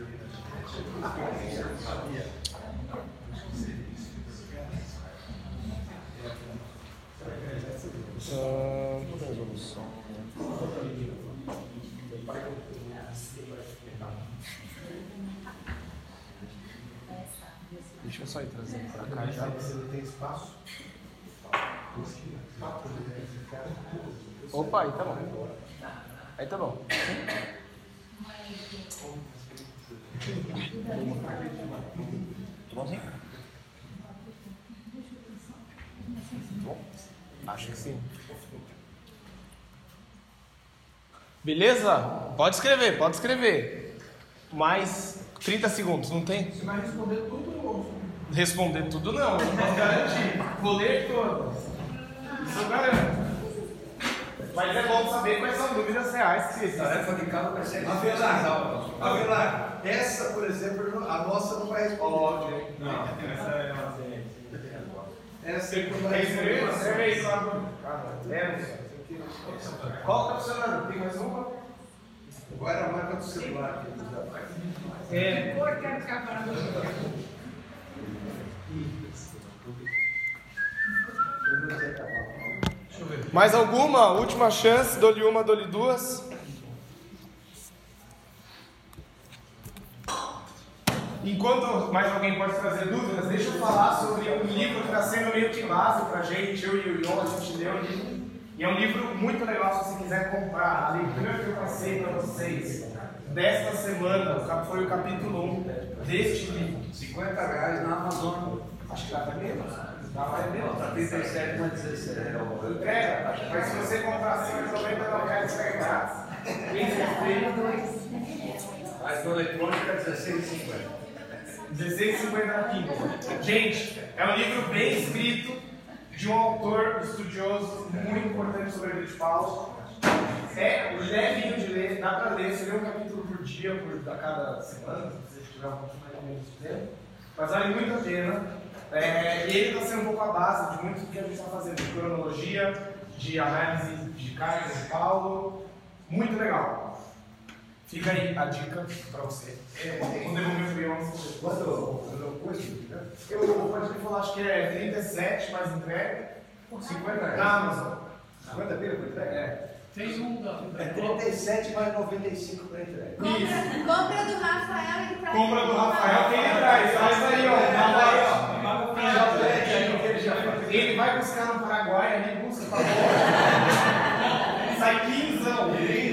S7: Uh, resolução. Deixa eu só ir trazendo pra cá já.
S4: Você tem espaço?
S7: Opa, aí tá bom. Aí tá bom. Tá bonzinho? Bom, acho que sim. Beleza? Pode escrever, pode escrever. Mais trinta segundos, não tem?
S4: Você vai responder tudo ou?
S7: Responder tudo não, não posso garantir. Vou ler todas. Isso eu garanto. Mas é bom saber quais são dúvidas reais que existem.
S2: Tarefa de casa vai ser
S4: Avelar, Avelar, essa, por exemplo, a nossa não vai responder.
S7: Não, essa é a
S4: Essa aí não vai
S7: Escreve
S4: responder.
S7: escreve aí, Fábio. Qual tá funcionando? Tem mais uma?
S4: Agora a marca do celular.
S7: É.
S5: Cor, quero ficar parado.
S7: Mais alguma? Última chance, dou-lhe uma, dou-lhe duas. Enquanto mais alguém pode trazer dúvidas, deixa eu falar sobre um livro que está sendo meio que base pra gente, eu e o Ion, a gente leu o livro. E é um livro muito legal se você quiser comprar. A leitura que eu passei para vocês desta semana foi o capítulo um deste livro.
S2: cinquenta reais na Amazon.
S7: Acho que dá menos. Dá mais menos.
S2: Tá trinta e sete mais dezessete.
S7: Entrega, mas se você comprar acima de noventa e nove reais, é grátis.
S2: Mas no eletrônico é dezesseis e cinquenta.
S7: dezesseis e cinquenta aqui. Gente, é um livro bem escrito de um autor estudioso muito importante sobre a vida de Paulo. É levinho de ler, dá para ler, você lê um capítulo por dia, por a cada semana, se você tiver um pouco mais ou menos de tempo. Mas vale muito a pena. É, e ele está sendo um pouco a base de muito do que a gente está fazendo, de cronologia, de análise de cargas de Paulo. Muito legal. Fica aí a dica para você. Vou devolver o Bion.
S4: Quando eu pus,
S7: Eu pode falar, acho que é trinta e sete mais entrega.
S4: cinquenta reais.
S7: Na Amazon.
S4: cinquenta pila para entrega?
S7: É.
S5: Tem um da.
S4: É trinta e sete mais noventa e cinco para entrega.
S3: Compra, compra do Rafael e traz.
S7: Compra do Rafael, tem atrás. Faz aí, ó. Aí, ó. Ele vai buscar no Paraguai, ali busca pra fora. Sai quinzão.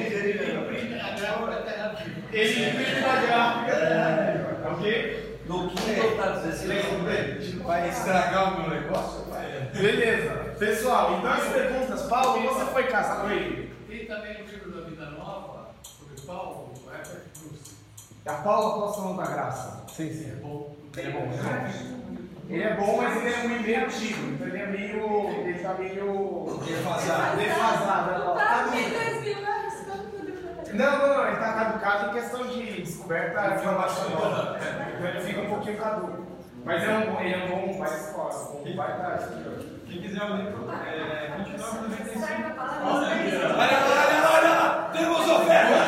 S7: Ele imprime na gráfica. Ok?
S2: No Kindle tá dezesseis e cinquenta.
S4: Vai estragar o meu negócio?
S7: Beleza. Pessoal, então as perguntas. Paulo, você foi casado com ele?
S5: Tem também o livro da Vida Nova, sobre Paulo, o Herbert Cruz.
S7: A Paulo Apóstolo da Graça. Sim, sim.
S5: É bom.
S7: Ele é bom, ele é bom. Ele é bom, mas ele é muito meio antigo. Então ele é meio. Ele tá meio.
S4: Defasado.
S7: Defasado.
S3: Tá, tem dois mil anos, todo mundo.
S7: Não, não, não, ele está caducado em questão de descoberta informacional. Então ele fica um pouquinho caduco. Mas é um bom, ele é um bom, mas um vai estar. Quem quiser ler, é vinte e nove reais e noventa e cinco.
S4: Olha lá, olha lá, olha lá! Temos oferta!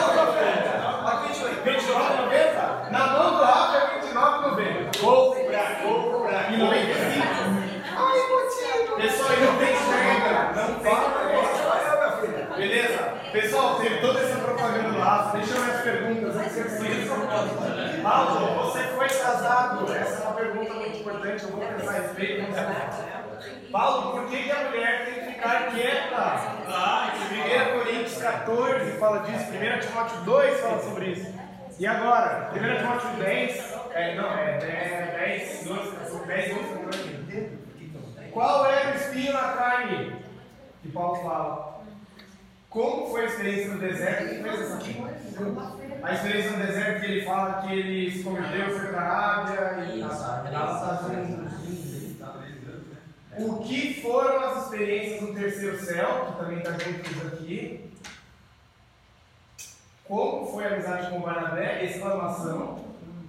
S7: vinte e nove reais e noventa centavos? Na mão do Rafa é vinte e nove reais e noventa centavos.
S4: Compra, compra!
S7: E noventa e cinco? Ai, motivo! Pessoal, não tem entrega. Não tem. Beleza? Pessoal, teve toda essa propaganda lá. Deixa eu ver as perguntas. Paulo, você foi casado? Essa é uma pergunta muito importante. Eu vou pensar a respeito. Paulo, por que, que a mulher tem que ficar quieta? Ah, primeira Coríntios quatorze fala disso. primeira Timóteo dois fala sobre isso. E agora? primeira Timóteo dez. É, não, é dez, doze, dez, doze. Qual é o espinho na carne? Que Paulo fala. Como foi a experiência no deserto? Quem fez essa aqui? A experiência no deserto que ele fala que ele se converteu, foi para a Arábia e o que foram as experiências no terceiro céu, que também está junto aqui. Como foi a amizade com o Barnabé? Exclamação.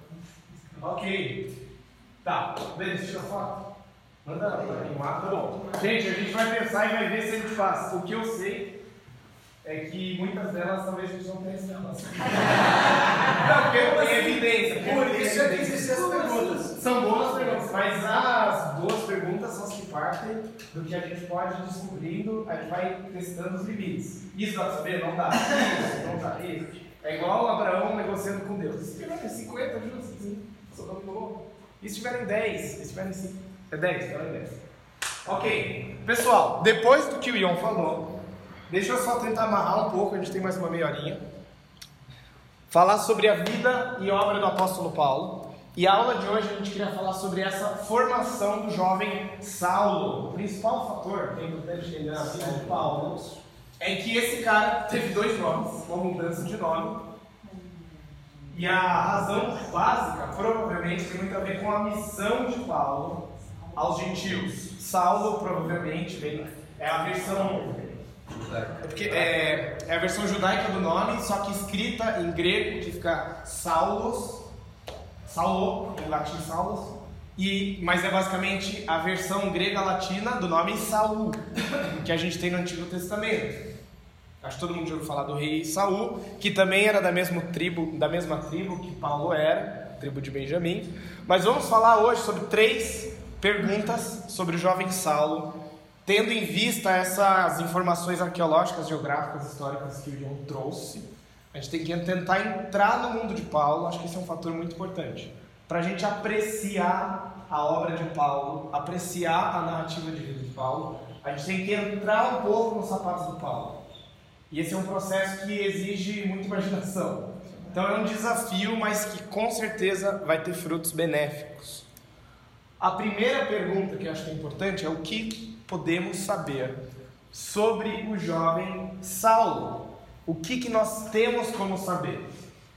S7: Ok. Tá, beleza, tira a foto. Manda para quem mata. Bom, gente, a gente vai pensar e vai ver se a gente faz. O que eu sei é que muitas delas talvez a gente não tenha exclamação. Não, porque não tem evidência.
S4: Por isso é que existem as perguntas.
S7: São boas perguntas, mas as boas perguntas são as que partem do que a gente pode ir descobrindo, a gente vai testando os limites. Isso dá para saber? Não dá. Isso, não dá. Isso. É igual o Abraão negociando com Deus. Se tiverem cinquenta justos, sim. E se tiverem dez? E se tiverem cinco? É dez, então é dez. Ok. Pessoal, depois do que o Ion falou, deixa eu só tentar amarrar um pouco, a gente tem mais uma meia horinha. Falar sobre a vida e obra do apóstolo Paulo. E a aula de hoje a gente queria falar sobre essa formação do jovem Saulo. O principal fator que é importante entender na vida de Paulo é que esse cara teve dois nomes, uma mudança de nome. E a razão básica, provavelmente, tem muito a ver com a missão de Paulo aos gentios. Saulo, provavelmente, vem, é a versão... É, porque é, é a versão judaica do nome, só que escrita em grego, que fica Saulos. Saulo, em latim Saulos, e, mas é basicamente a versão grega-latina do nome Saul, que a gente tem no Antigo Testamento. Acho que todo mundo já ouviu falar do rei Saul, que também era da mesma tribo, da mesma tribo que Paulo era, tribo de Benjamim. Mas vamos falar hoje sobre três perguntas sobre o jovem Saulo, tendo em vista essas informações arqueológicas, geográficas, históricas que o João trouxe. A gente tem que tentar entrar no mundo de Paulo, acho que esse é um fator muito importante, para a gente apreciar a obra de Paulo, apreciar a narrativa de vida de Paulo, a gente tem que entrar um pouco nos sapatos do Paulo. E esse é um processo que exige muita imaginação. Então é um desafio, mas que com certeza vai ter frutos benéficos. A primeira pergunta que eu acho que é importante é o que podemos saber sobre o jovem Saulo. O que, que nós temos como saber?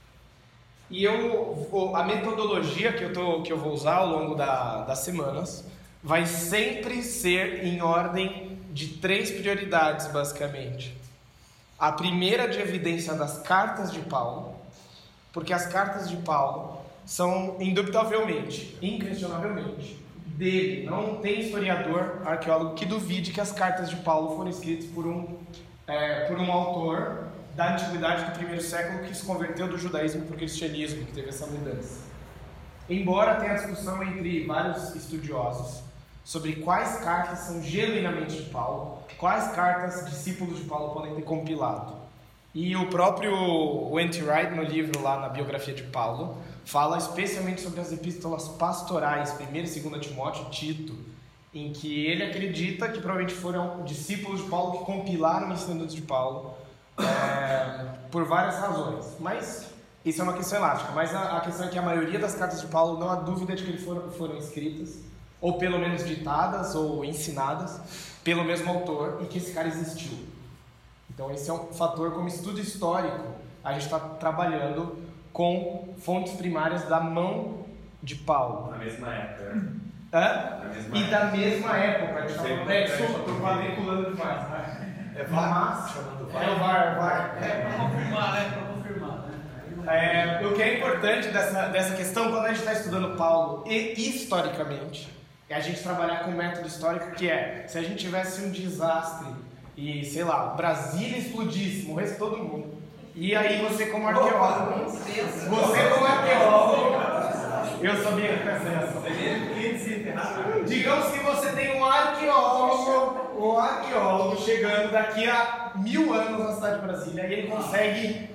S7: E eu, a metodologia que eu, tô, que eu vou usar ao longo da, das semanas vai sempre ser em ordem de três prioridades, basicamente. A primeira de evidência das cartas de Paulo, porque as cartas de Paulo são indubitavelmente, inquestionavelmente, dele. Não tem historiador, arqueólogo que duvide que as cartas de Paulo foram escritas por um, é, por um autor da antiguidade do primeiro século que se converteu do judaísmo para o cristianismo, que teve essa mudança. Embora tenha discussão entre vários estudiosos sobre quais cartas são genuinamente de Paulo, quais cartas discípulos de Paulo podem ter compilado. E o próprio N T Wright, no livro lá na biografia de Paulo, fala especialmente sobre as epístolas pastorais, primeira e segunda Timóteo e Tito, em que ele acredita que provavelmente foram discípulos de Paulo que compilaram os ensinamentos de Paulo, É, por várias razões, mas isso é uma questão elástica. Mas a, a questão é que a maioria das cartas de Paulo, não há dúvida de que ele foram, foram escritas, ou pelo menos ditadas ou ensinadas pelo mesmo autor, e que esse cara existiu. Então esse é um fator. Como estudo histórico, a gente está trabalhando com fontes primárias da mão de Paulo.
S4: Na mesma época.
S7: Hã? Na mesma e época. Da mesma época. A gente está falando, é, desculpa, estou quadriculando demais, né? É VAR, chamando VAR. É o VAR, VAR.
S5: É para confirmar, né? Para confirmar, né?
S7: É, o que é importante dessa, dessa questão, quando a gente está estudando Paulo e historicamente, é a gente trabalhar com o método histórico, que é, se a gente tivesse um desastre e, sei lá, Brasília explodisse, morresse todo mundo, e aí você como arqueólogo, você como arqueólogo, eu sabia que ia ser essa. Digamos que você tem um arqueólogo, um arqueólogo chegando daqui a mil anos na cidade de Brasília, e ele consegue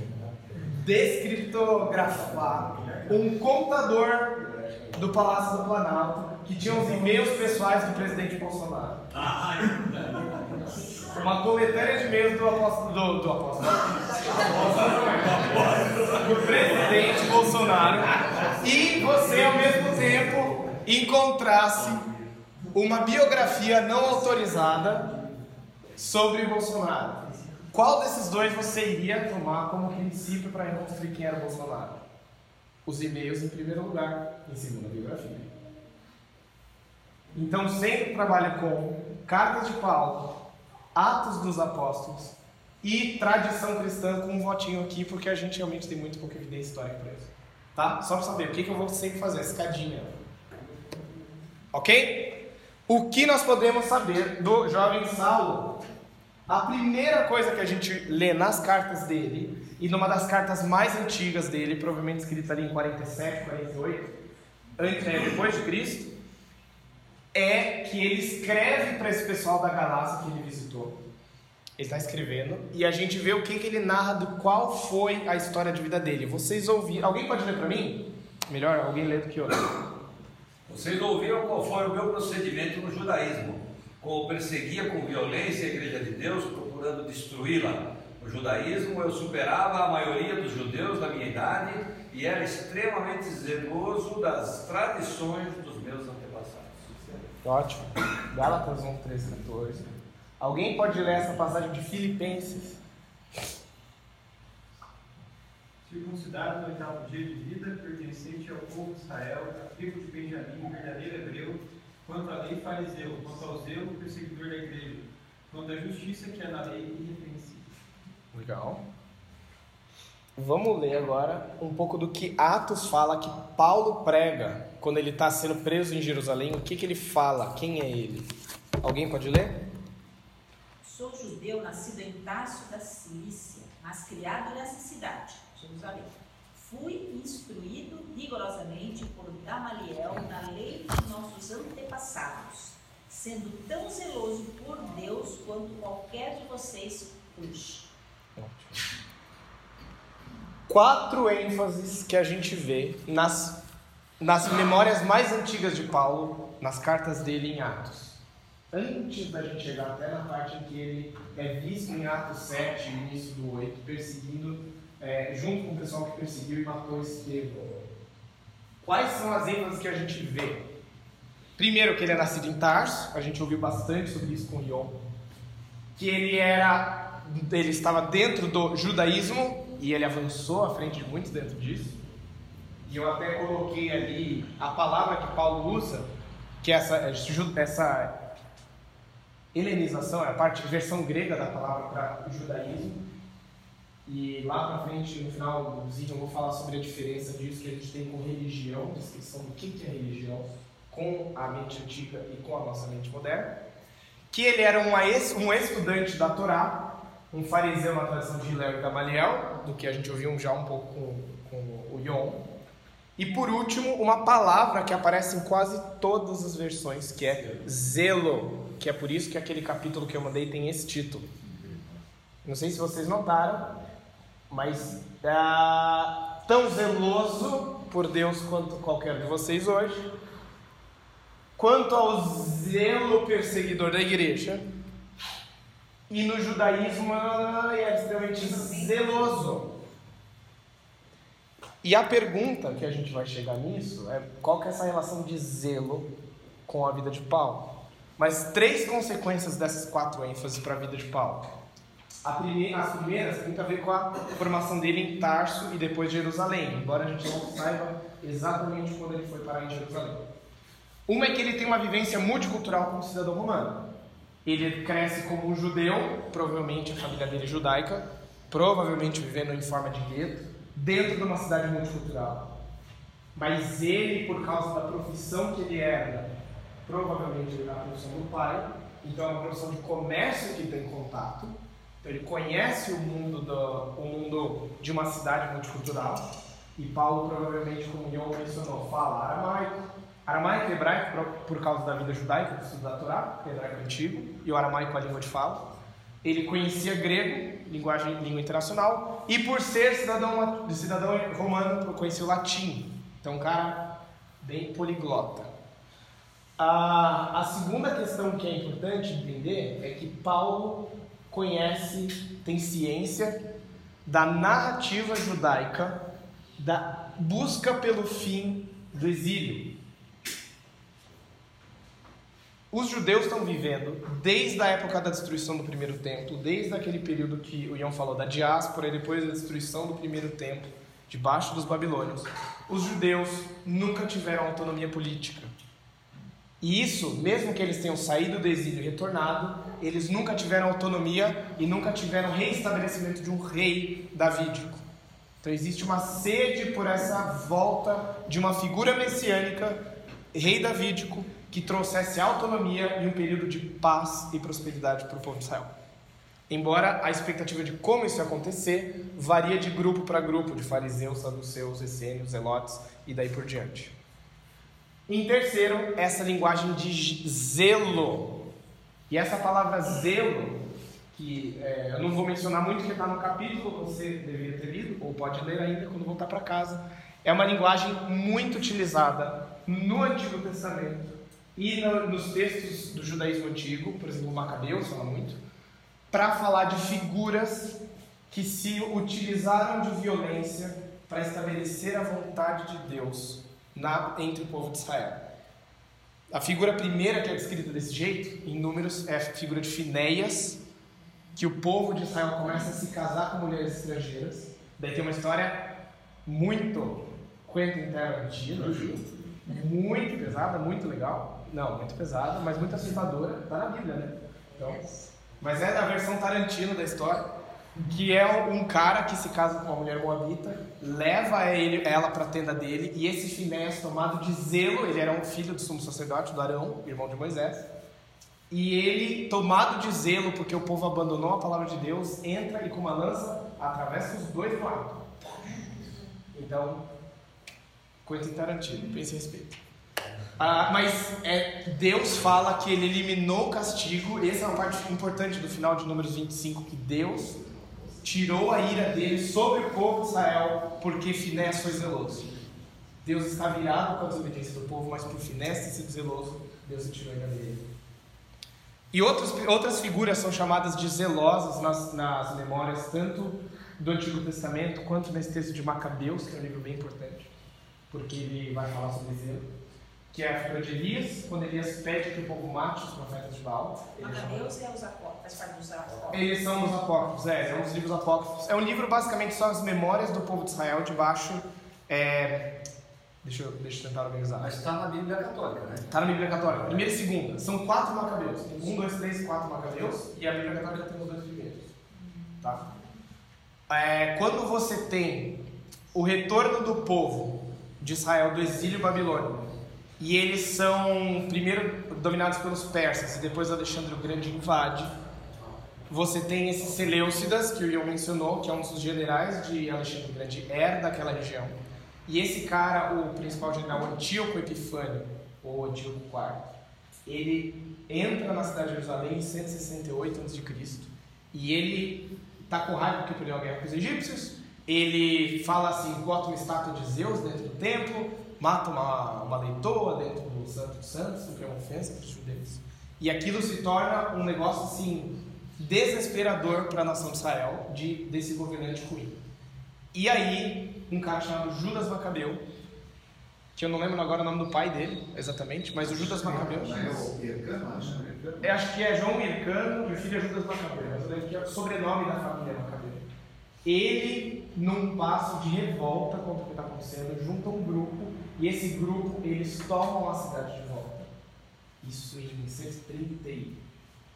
S7: descriptografar um computador do Palácio do Planalto que tinha os e-mails pessoais do presidente Bolsonaro. Uma coletânea de e-mails do apóstolo do, do apóstolo do presidente Bolsonaro, e você ao mesmo tempo encontrasse uma biografia não autorizada sobre Bolsonaro. Qual desses dois você iria tomar como princípio para reconstruir quem era Bolsonaro? Os e-mails em primeiro lugar, em segundo a biografia. Então sempre trabalhe com cartas de Paulo, Atos dos Apóstolos e tradição cristã, com um votinho aqui, porque a gente realmente tem muito pouca evidência histórica para isso. Tá? Só para saber o que, que eu vou sempre fazer, escadinha. Ok? O que nós podemos saber do jovem Saulo? A primeira coisa que a gente lê nas cartas dele, e numa das cartas mais antigas dele, provavelmente escrita ali em quarenta e sete, quarenta e oito, antes, é, depois de Cristo, é que ele escreve para esse pessoal da Galácia que ele visitou. Ele está escrevendo, e a gente vê o que, que ele narra do qual foi a história de vida dele. Vocês ouviram? Alguém pode ler para mim? Melhor, alguém lê do que eu.
S2: Vocês ouviram qual foi o meu procedimento no judaísmo. Como perseguia com violência a igreja de Deus, procurando destruí-la. No judaísmo eu superava a maioria dos judeus da minha idade e era extremamente zeloso das tradições dos meus antepassados.
S7: Ótimo. Gálatas um, treze, quatorze. Alguém pode ler essa passagem de Filipenses?
S5: Circuncidado no oitavo dia de vida, pertencente ao povo de Israel, da tribo de Benjamim, verdadeiro hebreu, quanto à lei fariseu, quanto ao zelo perseguidor da igreja, quanto à justiça que é na lei irrepreensível.
S7: Legal. Vamos ler agora um pouco do que Atos fala que Paulo prega quando ele está sendo preso em Jerusalém. O que, que ele fala? Quem é ele? Alguém pode ler?
S6: Sou judeu, nascido em Tarso da Cilícia, mas criado nessa cidade, Jerusalém. Fui instruído rigorosamente por Gamaliel na lei de nossos antepassados, sendo tão zeloso por Deus quanto qualquer de vocês hoje.
S7: Quatro ênfases que a gente vê nas, nas memórias mais antigas de Paulo, nas cartas dele em Atos. Antes da gente chegar até na parte em que ele é visto em Atos sete, início do oito, perseguindo, é, junto com o pessoal que perseguiu e matou Estevão. Quais são as ênfases que a gente vê? Primeiro, que ele é nascido em Tarso, a gente ouviu bastante sobre isso com Ion. Que ele era, ele estava dentro do judaísmo e ele avançou à frente de muitos dentro disso. E eu até coloquei ali a palavra que Paulo usa, que é essa, essa helenização, é a parte, a versão grega da palavra para judaísmo. E lá pra frente, no final do vídeo, eu vou falar sobre a diferença disso que a gente tem com religião, descrição do que é religião, com a mente antiga e com a nossa mente moderna. Que ele era um, ex, um estudante da Torá, um fariseu na tradição de Hilel e Gamaliel, do que a gente ouviu já um pouco com, com o Ion. E por último, uma palavra que aparece em quase todas as versões, que é zelo, que é por isso que aquele capítulo que eu mandei tem esse título. Não sei se vocês notaram, mas ah, tão zeloso por Deus quanto qualquer de vocês hoje, quanto ao zelo perseguidor da igreja, e no judaísmo é extremamente zeloso. E a pergunta que a gente vai chegar nisso é qual que é essa relação de zelo com a vida de Paulo. Mas três consequências dessas quatro ênfases para a vida de Paulo. A primeira, as primeiras têm a ver com a formação dele em Tarso e depois de Jerusalém, embora a gente não saiba exatamente quando ele foi parar em Jerusalém. Uma é que ele tem uma vivência multicultural como cidadão romano. Ele cresce como um judeu, provavelmente a família dele é judaica, provavelmente vivendo em forma de gueto, dentro de uma cidade multicultural. Mas ele, por causa da profissão que ele herda, provavelmente a profissão do pai, então é uma profissão de comércio que tem contato, então ele conhece o mundo, do, o mundo de uma cidade multicultural, e Paulo provavelmente, como o Ion mencionou, fala aramaico, aramaico e hebraico por, por causa da vida judaica, do estudo da Torá, que é hebraico antigo, e o aramaico é a língua de fala. Ele conhecia grego, linguagem, língua internacional, e por ser cidadão, cidadão romano, conhecia o latim. Então, um cara bem poliglota. A, a segunda questão que é importante entender é que Paulo conhece, tem ciência da narrativa judaica, da busca pelo fim do exílio. Os judeus estão vivendo, desde a época da destruição do primeiro templo, desde aquele período que o Ion falou da diáspora e depois da destruição do primeiro templo, debaixo dos babilônios, os judeus nunca tiveram autonomia política. E isso, mesmo que eles tenham saído do exílio e retornado, eles nunca tiveram autonomia e nunca tiveram reestabelecimento de um rei davídico. Então existe uma sede por essa volta de uma figura messiânica, rei davídico, que trouxesse autonomia e um período de paz e prosperidade para o povo de Israel. Embora a expectativa de como isso ia acontecer varia de grupo para grupo, de fariseus, saduceus, essênios, zelotes e daí por diante. Em terceiro, essa linguagem de zelo. E essa palavra zelo, que é, eu não vou mencionar muito, que está no capítulo, você deveria ter lido, ou pode ler ainda quando voltar para casa, é uma linguagem muito utilizada no Antigo Testamento e no, nos textos do judaísmo antigo, por exemplo, Macabeus fala muito, para falar de figuras que se utilizaram de violência para estabelecer a vontade de Deus na, entre o povo de Israel. A figura primeira que é descrita desse jeito, em Números, é a figura de Finéias, que o povo de Israel começa a se casar com mulheres estrangeiras. Daí tem uma história muito Quentin Tarantino, muito pesada, muito legal. Não, muito pesada, mas muito assustadora. Está na Bíblia, né? Então, mas é da versão Tarantino da história, que é um cara que se casa com uma mulher moabita, leva ele, ela para a tenda dele, e esse Finéias, tomado de zelo, ele era um filho do sumo sacerdote, do Arão, irmão de Moisés, e ele, tomado de zelo, porque o povo abandonou a palavra de Deus, entra e com uma lança atravessa os dois lados. Então, Quentin Tarantino, pense a respeito. Ah, mas é, Deus fala que ele eliminou o castigo. Essa é uma parte importante do final de Números vinte e cinco, que Deus tirou a ira dele sobre o povo de Israel porque Finéias foi zeloso. Deus está virado com a desobediência do povo, mas por Finéias ter sido zeloso, Deus tirou a ira dele. E outros, outras figuras são chamadas de zelosas nas, nas memórias, tanto do Antigo Testamento quanto nesse texto de Macabeus, que é um livro bem importante, porque ele vai falar sobre zelo. Que é a figura de Elias, quando Elias pede que o povo mate os profetas de Baal.
S6: Macabeus é os apócrifos, faz parte dos apócrifos.
S7: Eles são os apócrifos, é, são os livros apócrifos. É um livro basicamente só as memórias do povo de Israel debaixo. É, deixa, eu, deixa eu tentar organizar.
S2: Mas está na Bíblia Católica, né?
S7: Está na Bíblia Católica, primeira e segunda. São quatro Macabeus. Um, dois, três e quatro Macabeus. E a Bíblia Católica tem os dois primeiros. Tá? É, quando você tem o retorno do povo de Israel do exílio babilônico, e eles são primeiro dominados pelos persas e depois Alexandre o Grande invade. Você tem esses Seleucidas, que o Ion mencionou, que é um dos generais de Alexandre o Grande, herda daquela região. E esse cara, o principal general Antíoco Epifânio, ou Antíoco quarto, ele entra na cidade de Jerusalém em cento e sessenta e oito antes de Cristo e ele está com raiva porque perdeu a guerra com os egípcios. Ele fala assim, bota uma estátua de Zeus dentro do templo, mata uma, uma leitoa dentro do Santo dos Santos, o que é uma ofensa para os judeus. E aquilo se torna um negócio assim, desesperador para a nação de Israel, de, desse governante ruim. E aí, um cara chamado Judas Macabeu, que eu não lembro agora o nome do pai dele, exatamente, mas o Judas Macabeu. Eu acho que é João Hircano e o filho é Judas Macabeu, mas eu lembro que é o sobrenome da família Macabeu. Ele, num passo de revolta contra o que está acontecendo, junta um grupo, e esse grupo, eles tomam a cidade de volta. Isso em cento e trinta e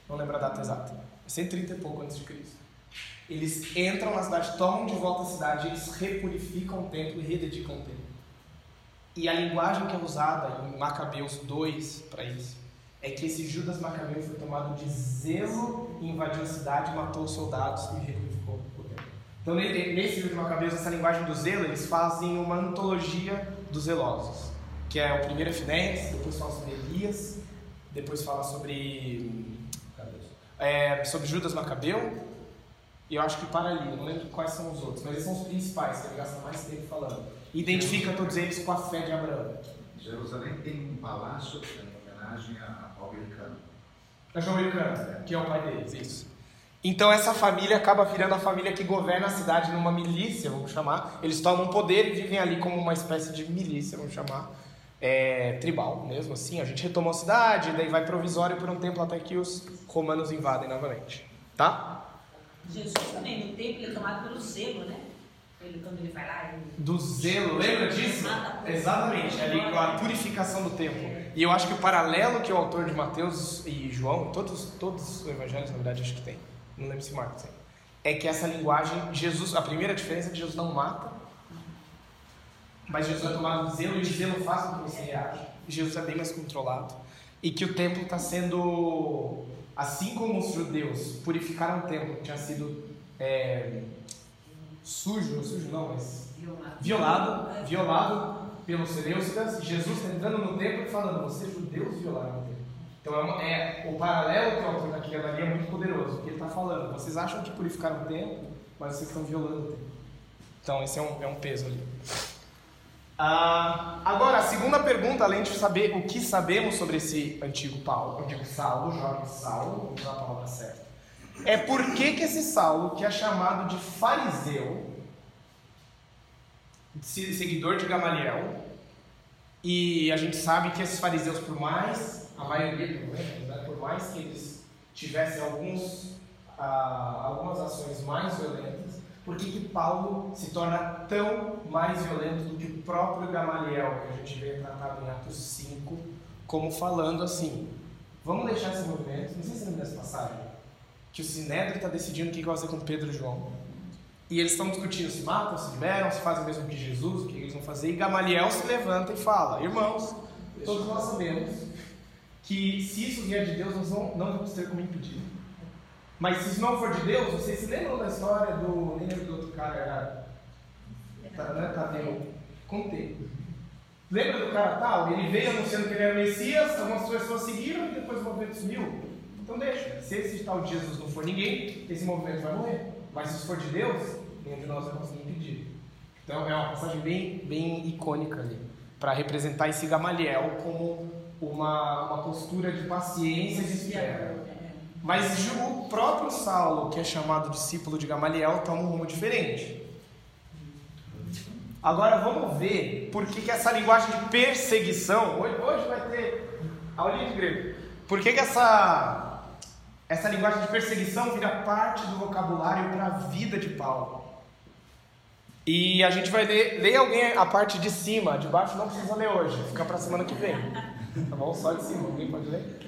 S7: não lembro a data exata, cento e trinta e pouco antes de Cristo. Eles entram na cidade, tomam de volta a cidade, eles repurificam o templo e rededicam o templo. E a linguagem que é usada em Macabeus dois para isso é que esse Judas Macabeu foi tomado de zelo e invadiu a cidade, matou os soldados e repurificou o templo. Então, nesse livro de Macabeus, essa linguagem do zelo, eles fazem uma antologia dos zelosos, que é o primeiro é Finés, depois fala sobre Elias, depois fala sobre, é, sobre Judas Macabeu, e eu acho que para ali, eu não lembro quais são os outros, mas eles são os principais, que ele gasta mais tempo falando. Identifica todos eles com a fé de Abraão.
S1: Jerusalém tem um palácio em homenagem ao Elcano.
S7: A João Elcano, que é o pai deles, isso. Então essa família acaba virando a família que governa a cidade numa milícia, vamos chamar. Eles tomam poder e vivem ali como uma espécie de milícia, vamos chamar, é, tribal mesmo assim. A gente retomou a cidade, daí vai provisório por um tempo até que os romanos invadem novamente, tá?
S6: Jesus também no templo é tomado pelo zelo, né? Ele, quando ele vai lá, ele...
S7: Do zelo, lembra disso? Exatamente, ali a purificação do templo. E eu acho que o paralelo que o autor de Mateus e João, todos, todos os evangelhos, na verdade, acho que tem, não lembro se Marcos tem, é que essa linguagem, Jesus, a primeira diferença é que Jesus não mata, mas Jesus é tomado de zelo e o zelo faz com que você reage. Jesus é bem mais controlado. E que o templo está sendo, assim como os judeus purificaram o templo, que tinha sido é, sujo, sujo não, mas violado, violado pelos Seleucidas, Jesus está entrando no templo e falando, vocês judeus violaram o templo. Então é, é, o paralelo que o autor daqui ali é muito poderoso, porque ele está falando, vocês acham que purificaram o templo, mas vocês estão violando o templo. Então esse é um, é um peso ali. Ah, agora, a segunda pergunta, além de saber o que sabemos sobre esse antigo Paulo, antigo Saulo, jovem Saulo, vamos usar a palavra certa, é por que que esse Saulo, que é chamado de fariseu, seguidor de Gamaliel, e a gente sabe que esses fariseus, por mais, a maioria, né, por mais que eles tivessem alguns, ah, algumas ações mais violentas, por que que Paulo se torna tão mais violento do que o próprio Gamaliel, que a gente vê tratado em Atos cinco, como falando assim, vamos deixar esse movimento, não sei se você lembra dessa passagem, que o Sinédrio está decidindo o que vai fazer com Pedro e João. E eles estão discutindo se matam, se liberam, se fazem o mesmo que Jesus, o que eles vão fazer, e Gamaliel se levanta e fala, irmãos, todos nós sabemos que se isso vier de Deus, nós não, não vamos ter como impedir. Mas se isso não for de Deus, vocês se lembram da história do... Nem lembro do outro cara, era... Não é Tadeu? Contei. Lembra do cara tal? Ele veio anunciando que ele era Messias, algumas pessoas seguiram e depois o movimento sumiu. Então deixa. Se esse tal de Jesus não for ninguém, esse movimento vai morrer. Mas se for de Deus, nenhum de nós vai conseguir impedir. Então é uma passagem bem, bem icônica ali, para representar esse Gamaliel como uma, uma postura de paciência e de espera. Mas o próprio Saulo, que é chamado discípulo de Gamaliel, toma um rumo diferente. Agora vamos ver por que, que essa linguagem de perseguição, hoje, hoje vai ter aulinha de grego, por que, que essa, essa linguagem de perseguição vira parte do vocabulário para a vida de Paulo. E a gente vai ler, ler alguém a parte de cima, de baixo não precisa ler hoje, fica para a semana que vem. Tá bom? Só de cima, alguém pode ler?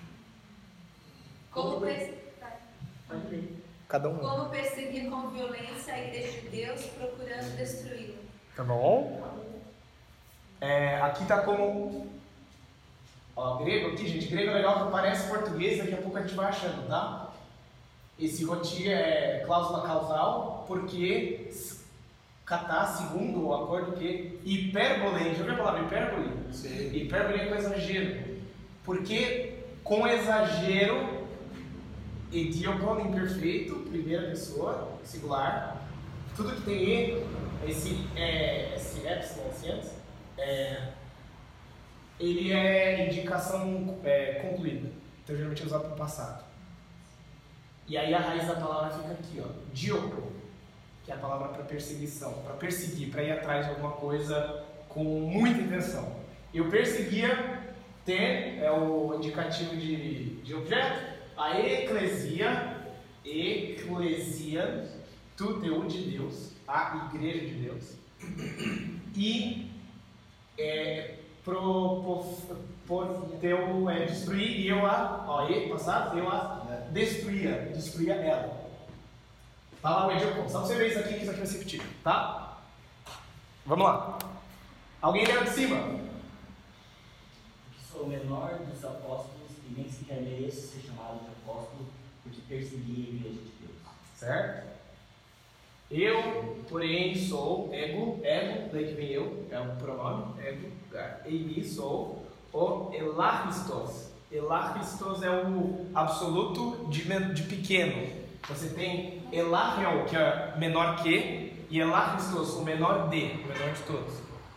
S3: Como, perse...
S7: Cada um.
S3: Como perseguir com violência a igreja de Deus, procurando destruí-la.
S7: Tá bom? É, aqui tá como... Ó, grego aqui, gente. Grego é legal que parece português, daqui a pouco a gente vai achando, tá? Esse rotia é cláusula causal, porque catar segundo o acordo que hipérbole, já ouviu a palavra hipérbole? Sim. Hipérbole é com exagero. Porque com exagero... Edíocon imperfeito, primeira pessoa, singular. Tudo que tem E, esse, é, esse epsilon, assim antes, é, ele é indicação é, concluída. Então geralmente é usado para o passado. E aí a raiz da palavra fica aqui, ó, dioko, que é a palavra para perseguição, para perseguir, para ir atrás de alguma coisa com muita intenção. Eu perseguia, ter é o indicativo de, de objeto. A eclesia, eclesia, tuteu de Deus, a igreja de Deus, e é, pro, por teu é, destruir, e eu a, ó, e, passado, eu a destruía, destruía ela. Tá lá o Edil, só pra você ver isso aqui, que isso aqui vai se repetir, tá? Vamos lá. Alguém leu de cima?
S8: Sou o menor dos apóstolos e nem sequer mereço ser chamado de apóstolo, porque persegui a igreja de Deus.
S7: Certo? Eu, porém, sou, ego, ego, daí que vem eu, é um pronome, ego, eimi, sou o elachistos. Elachistos é o absoluto de, de pequeno. Você tem elachion, que é menor que, e elachistos, o menor de, o menor de todos.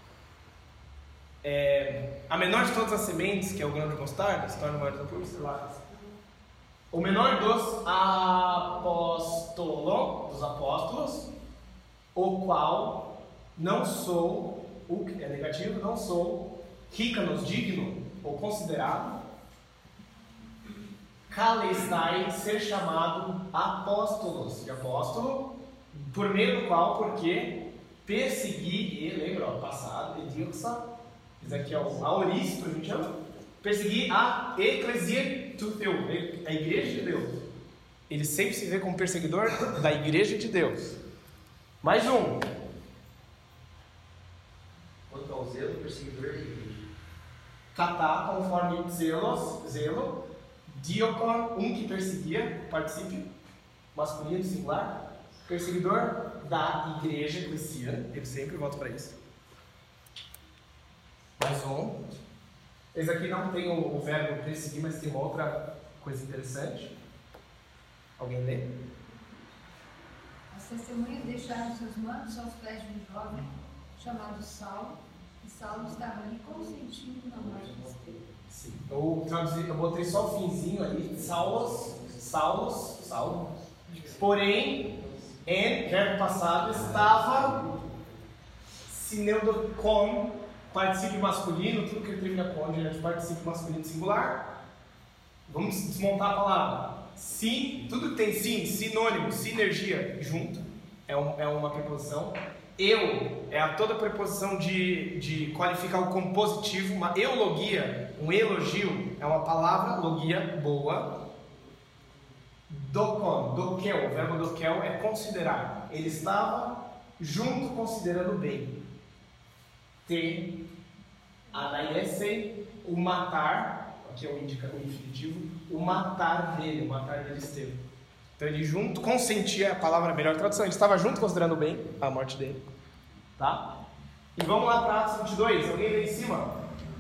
S7: É, a menor de todas as sementes, que é o grão de mostarda, se torna maior do que o elachistos. O menor dos apóstolos, dos apóstolos, o qual não sou, o que é negativo, não sou rícanos, digno ou considerado, calestai, ser chamado apóstolos, de apóstolo, por meio do qual, porque persegui, e lembra, ó, passado, edilsa, isso aqui é o aoristo, a gente chama, persegui a eclesia tu teu, a igreja de Deus. Ele sempre se vê como perseguidor da igreja de Deus. Mais um.
S2: Quanto ao zelo, perseguidor da igreja.
S7: Catá, conforme zelos, zelo. Diocon, um que perseguia, particípio, masculino, singular. Perseguidor da igreja, eclesia. Ele sempre volta para isso. Mais um. Esse aqui não tem o, o verbo perseguir, mas tem uma outra coisa interessante. Alguém lê?
S9: As testemunhas deixaram seus mantos aos pés de um jovem chamado Saulo, e Saulo estava ali consentindo na morte de Estevão.
S7: Sim. Eu, traduzi, eu botei só o finzinho ali, Saulos, Saulos, Saulo. Porém, em verbo passado estava sineudocon, particípio masculino, tudo que termina com onde é de particípio masculino singular. Vamos desmontar a palavra. Sim, tudo que tem sim, sinônimo, sinergia, junto, é, um, é uma preposição. Eu é a toda preposição de, de qualificar o compositivo, uma eulogia, um elogio, é uma palavra, logia, boa. Dokon, dokel, o verbo dokel é considerar. Ele estava junto considerando bem. Te, anaiesei, o matar, aqui é o indicador infinitivo, o matar dele, o matar dele esteve. Então ele junto, consentia, a palavra melhor tradução, ele estava junto considerando bem a morte dele. Tá? E vamos lá para Atos vinte e dois, alguém lá em cima?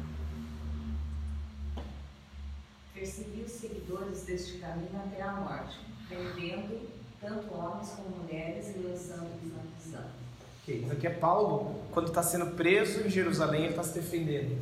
S6: Persegui os seguidores deste caminho até a morte, prendendo tanto homens como mulheres e lançando-os na prisão.
S7: Okay, isso aqui é Paulo, quando está sendo preso em Jerusalém, ele está se defendendo.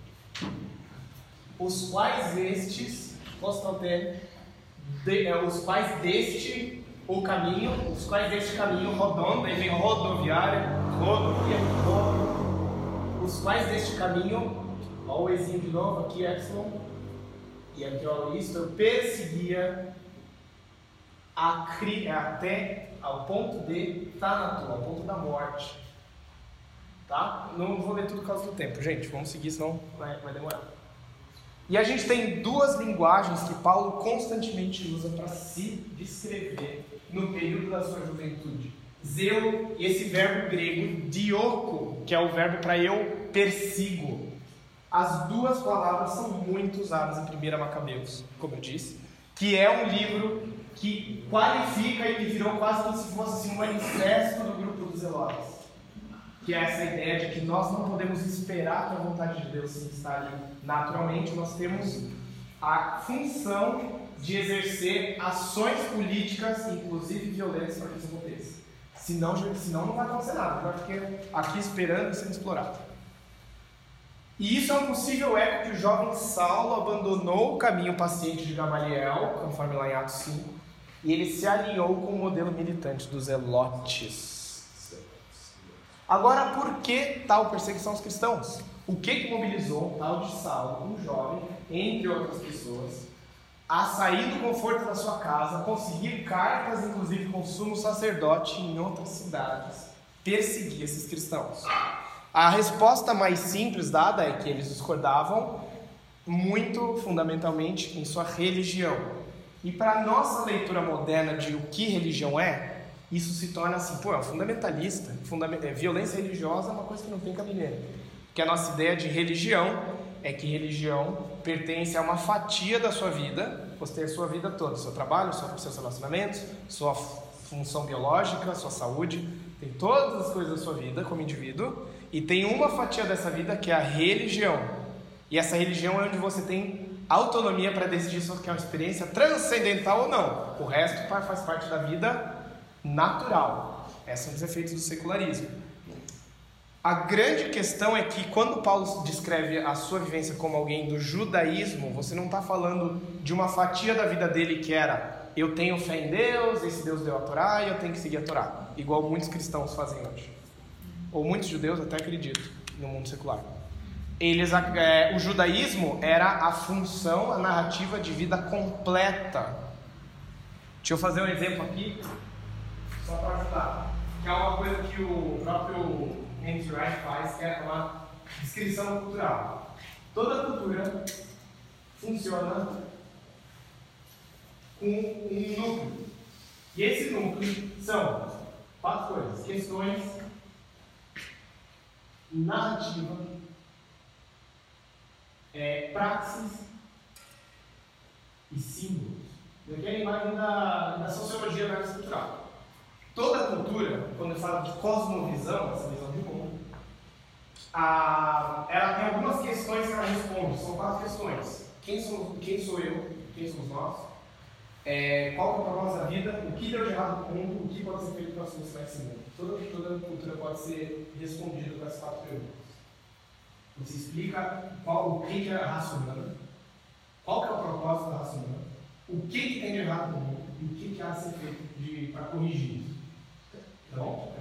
S7: Os quais estes, de, é, os quais deste o caminho, os quais deste caminho rodando, aí vem rodoviária, rodovia, rodo, os quais deste caminho, ó o exinho de novo, aqui Epsilon, e aqui ó isto, perseguia a, até ao ponto de Thanato, ao ponto da morte. Tá? Não vou ler tudo por causa do tempo, gente. Vamos seguir, senão vai, vai demorar. E a gente tem duas linguagens que Paulo constantemente usa para se descrever no período da sua juventude. Zelo e esse verbo grego, dioko, que é o verbo para eu persigo. As duas palavras são muito usadas em primeira Macabeus, como eu disse, que é um livro que qualifica e virou quase como se fosse assim, um manifesto do grupo dos Zelotes. Que é essa ideia de que nós não podemos esperar que a vontade de Deus se instale naturalmente, nós temos a função de exercer ações políticas, inclusive violentas, para que isso aconteça. Senão, senão não vai acontecer nada, vai ficar aqui esperando e sendo explorado. E isso é um possível eco que o jovem Saulo abandonou o caminho paciente de Gamaliel, conforme lá em Atos cinco, e ele se alinhou com o modelo militante dos Zelotes. Agora, por que tal perseguição aos cristãos? O que, que mobilizou um tal de Saulo, um jovem, entre outras pessoas, a sair do conforto da sua casa, conseguir cartas, inclusive com o sumo sacerdote em outras cidades, perseguir esses cristãos? A resposta mais simples dada é que eles discordavam muito fundamentalmente em sua religião. E para a nossa leitura moderna de o que religião é, isso se torna assim, pô, é um fundamentalista. Fundament... É, violência religiosa é uma coisa que não tem cabimento. Porque a nossa ideia de religião é que religião pertence a uma fatia da sua vida, você tem a sua vida toda, seu trabalho, seus relacionamentos, sua função biológica, sua saúde, tem todas as coisas da sua vida como indivíduo, e tem uma fatia dessa vida que é a religião. E essa religião é onde você tem autonomia para decidir se você quer uma experiência transcendental ou não. O resto faz parte da vida natural. Esses são os efeitos do secularismo. A grande questão é que quando Paulo descreve a sua vivência como alguém do judaísmo, você não está falando de uma fatia da vida dele que era eu tenho fé em Deus, esse Deus deu a Torá e eu tenho que seguir a Torá, igual muitos cristãos fazem hoje. Ou muitos judeus até acreditam no mundo secular. Eles, é, o judaísmo era a função, a narrativa de vida completa. Deixa eu fazer um exemplo aqui, só para ajudar. Que é uma coisa que o próprio Andrew Wright faz, que é uma descrição cultural. Toda cultura funciona com um núcleo. E esse núcleo são quatro coisas: questões, narrativa, é, praxis e símbolos. Daqui é a imagem da, da sociologia da arte cultural. Toda cultura, quando fala de cosmovisão, essa visão de mundo, a, ela tem algumas questões que ela responde. São quatro questões: quem, somos, quem sou eu, quem somos nós, é, qual é o propósito da vida, o que deu de errado no mundo, o que pode ser feito para solucionar esse mundo. Toda, toda cultura pode ser respondida com essas quatro perguntas. Você explica qual, o que é a raça humana, qual que é o propósito da raça humana, o que, que tem de errado no mundo e o que, que há a ser feito para corrigir isso. Então,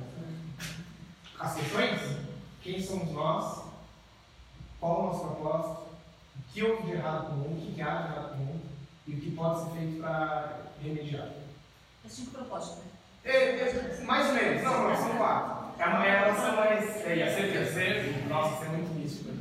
S7: as questões: quem somos nós, qual é o nosso propósito, o que houve de errado no mundo, o que, que há de errado no mundo e o que pode ser feito para remediar.
S6: É cinco propósitos, né?
S7: É, é, mais ou menos, não, não, são quatro. É uma relação mais. É, ia ser terceiro, nossa, isso é muito místico.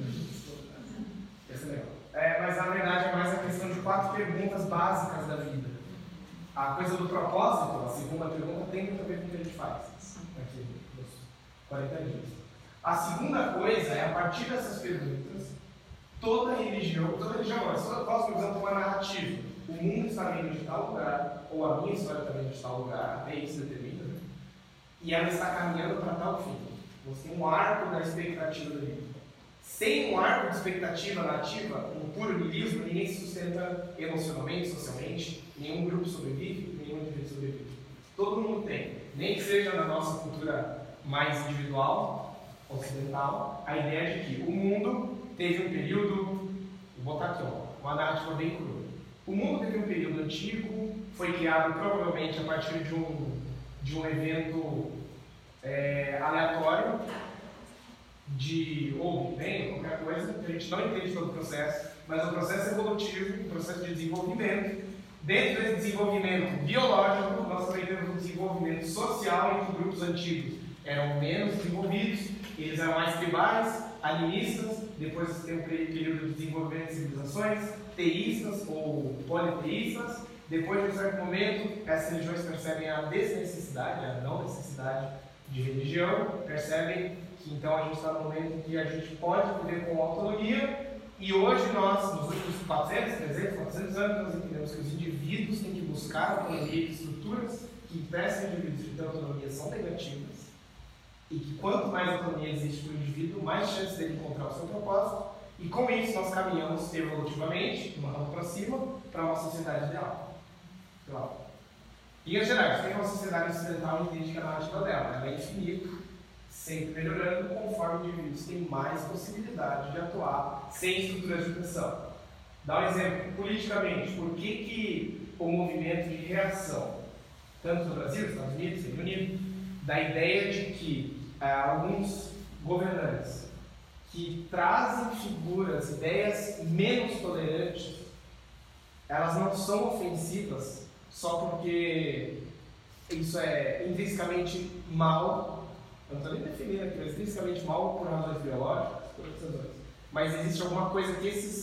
S7: Esse é legal. É, mas na verdade é mais a questão de quatro perguntas básicas da vida. A coisa do propósito, a segunda pergunta, tem muita pergunta que a gente faz aqui nos quarenta dias. A segunda coisa é, a partir dessas perguntas, toda religião, toda religião, toda cosmovisão tem uma narrativa. O mundo está vindo de tal lugar, ou a minha história está vindo de tal lugar, até isso determina, né? E ela está caminhando para tal fim. Você tem um arco da expectativa da vida. Sem um arco de expectativa nativa, um puro niilismo, ninguém se sustenta emocionalmente, socialmente, nenhum grupo sobrevive, nenhum indivíduo sobrevive. Todo mundo tem, nem que seja na nossa cultura mais individual, ocidental, a ideia de que o mundo teve um período, vou botar aqui, ó, uma narrativa bem crua. O mundo teve um período antigo, foi criado provavelmente a partir de um, de um evento é, aleatório, de ou bem, qualquer coisa, que a gente não entende todo o processo, mas o processo evolutivo, o processo de desenvolvimento. Dentro desse desenvolvimento biológico, nós também temos um desenvolvimento social em que grupos antigos eram menos desenvolvidos, eles eram mais tribais, animistas, depois tem um período de desenvolvimento de civilizações, teístas ou politeístas. Depois de um certo momento, essas religiões percebem a desnecessidade, a não necessidade de religião, percebem que então a gente está no momento em que a gente pode viver com autonomia, e hoje nós, nos últimos quatrocentos, trezentos, quatrocentos anos, nós entendemos que os indivíduos têm que buscar autonomia e estruturas que impeçam indivíduos de ter autonomia são negativas, e que quanto mais autonomia existe para o indivíduo, mais chance dele encontrar o seu propósito, e com isso nós caminhamos evolutivamente, de uma rama para cima, para uma sociedade ideal. Então, em linhas gerais, tem uma sociedade ocidental entende que a narrativa dela ela é infinita, sempre melhorando conforme indivíduos têm mais possibilidade de atuar sem estruturas de pressão. Dá um exemplo, politicamente, por que, que o movimento de reação, tanto no Brasil, Estados Unidos, Reino Unido, da ideia de que ah, alguns governantes que trazem figuras, ideias menos tolerantes, elas não são ofensivas só porque isso é intrinsecamente mal. Eu não estou nem definindo aqui, mas intrinsecamente mal por razões biológicas, por outras razões. Mas existe alguma coisa que esses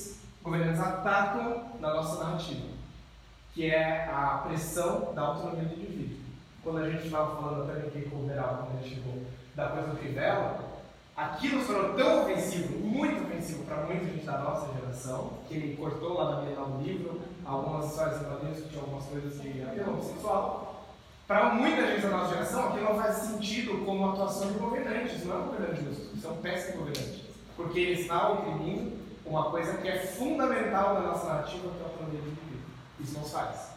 S7: Governantes atacam na nossa narrativa, que é a pressão da autonomia do indivíduo. Quando a gente estava falando até aqui com o Verão, quando ele chegou da coisa do Crivella, aquilo se tornou tão ofensivo, muito ofensivo para muita gente da nossa geração, que ele cortou lá na minha no livro algumas histórias em quadrinhos que tinham algumas coisas de apelo sexual. Para muita gente da nossa geração, aquilo não faz sentido como atuação de governantes, não é um governante justo, isso é um péssimo governante, porque ele está oprimindo uma coisa que é fundamental na nossa narrativa, que é a autonomia do indivíduo. Isso não se faz.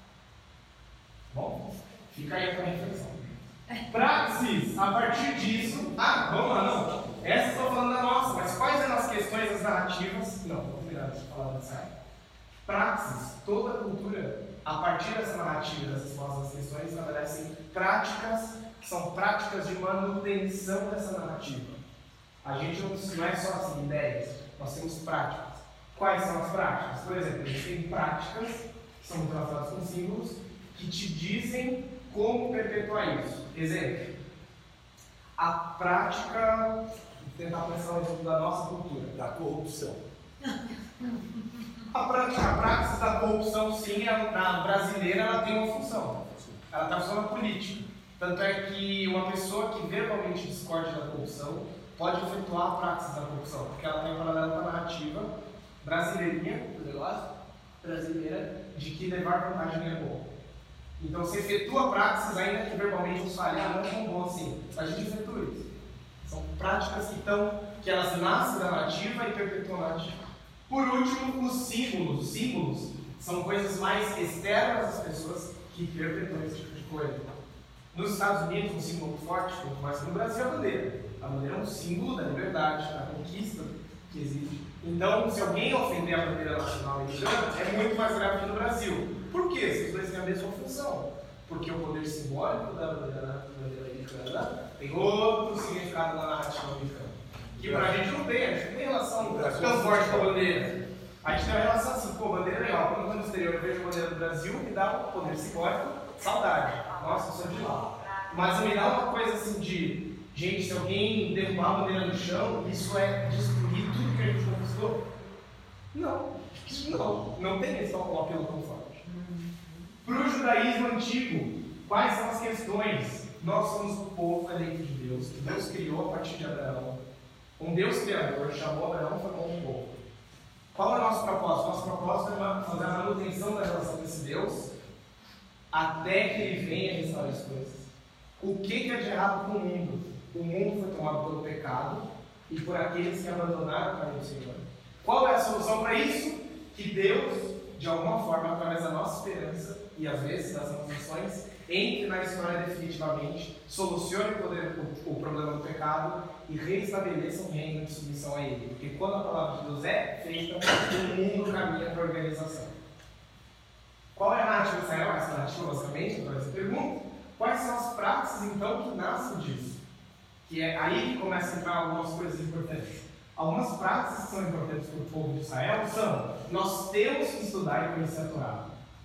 S7: Bom, fica aí a reflexão. Praxis, a partir disso. Ah, vamos lá, não. Essa estou falando da nossa, mas quais eram as questões, as narrativas? Não, vou virar de falar dessa área. Praxis, toda a cultura, a partir dessa narrativa, dessas nossas questões, estabelecem práticas que são práticas de manutenção dessa narrativa. A gente não, não é só assim, ideias, nós temos práticas. Quais são as práticas? Por exemplo, a gente tem práticas que são tratadas com símbolos que te dizem como perpetuar isso. Exemplo, a prática, vou tentar pensar um exemplo da nossa cultura,
S4: Da corrupção.
S7: A prática, a praxis da corrupção, sim, ela, na brasileira, ela tem uma função. Ela está funcionando política. Tanto é que uma pessoa que verbalmente discorde da corrupção pode efetuar a praxis da corrupção, porque ela tem um paralelo com a narrativa brasileirinha, do negócio, brasileira, de que levar vantagem é bom. Então você efetua a praxis, ainda que verbalmente os falhar não é tão bom assim. A gente efetua isso. São práticas que estão, que elas nascem da narrativa e perpetuam a narrativa. Por último, os símbolos. Os símbolos são coisas mais externas às pessoas que perpetuam esse tipo de coisa. Nos Estados Unidos, um símbolo forte, muito mais que no Brasil, é a bandeira. A bandeira é um símbolo da liberdade, da conquista que existe. Então, se alguém ofender a bandeira nacional americana, é muito mais grave que no Brasil. Por quê? Esses dois têm a mesma função. Porque o poder simbólico da bandeira americana tem outro significado na narrativa americana. Que pra gente não tem, a gente não tem relação tão forte com a bandeira. A gente tem uma relação assim, pô, bandeira é legal. Quando eu vou no exterior eu vejo a bandeira do Brasil, me dá um poder simbólico, saudade. Nossa, eu sou de lá. Mas me dá uma coisa assim de, gente, se alguém derrubar a bandeira no chão, isso é destruir tudo que a gente conquistou? Não. Não. Não tem esse apelo tão forte. Para o judaísmo antigo, quais são as questões? Nós somos o povo eleito de Deus, que Deus criou a partir de Abraão. Um Deus criador chamou Abraão e formou um povo. Qual é o nosso propósito? Nosso propósito é fazer a manutenção da relação com esse Deus até que ele venha e restaure as coisas. O que é de errado com o mundo? O mundo foi tomado pelo pecado e por aqueles que abandonaram o caminho do Senhor. Qual é a solução para isso? Que Deus, de alguma forma, através da nossa esperança e às vezes das nossas ações, entre na história definitivamente, solucione o, poder, o, o problema do pecado e reestabeleça um reino de submissão a ele. Porque quando a palavra de Deus é feita, o mundo caminha para a organização. Qual é a narrativa de Israel? Essa narrativa, basicamente, então essa pergunta. Quais são as práticas, então, que nascem disso? Que é aí que começa a entrar algumas coisas importantes. Algumas práticas que são importantes para o povo de Israel são: nós temos que estudar e conhecer a Torá.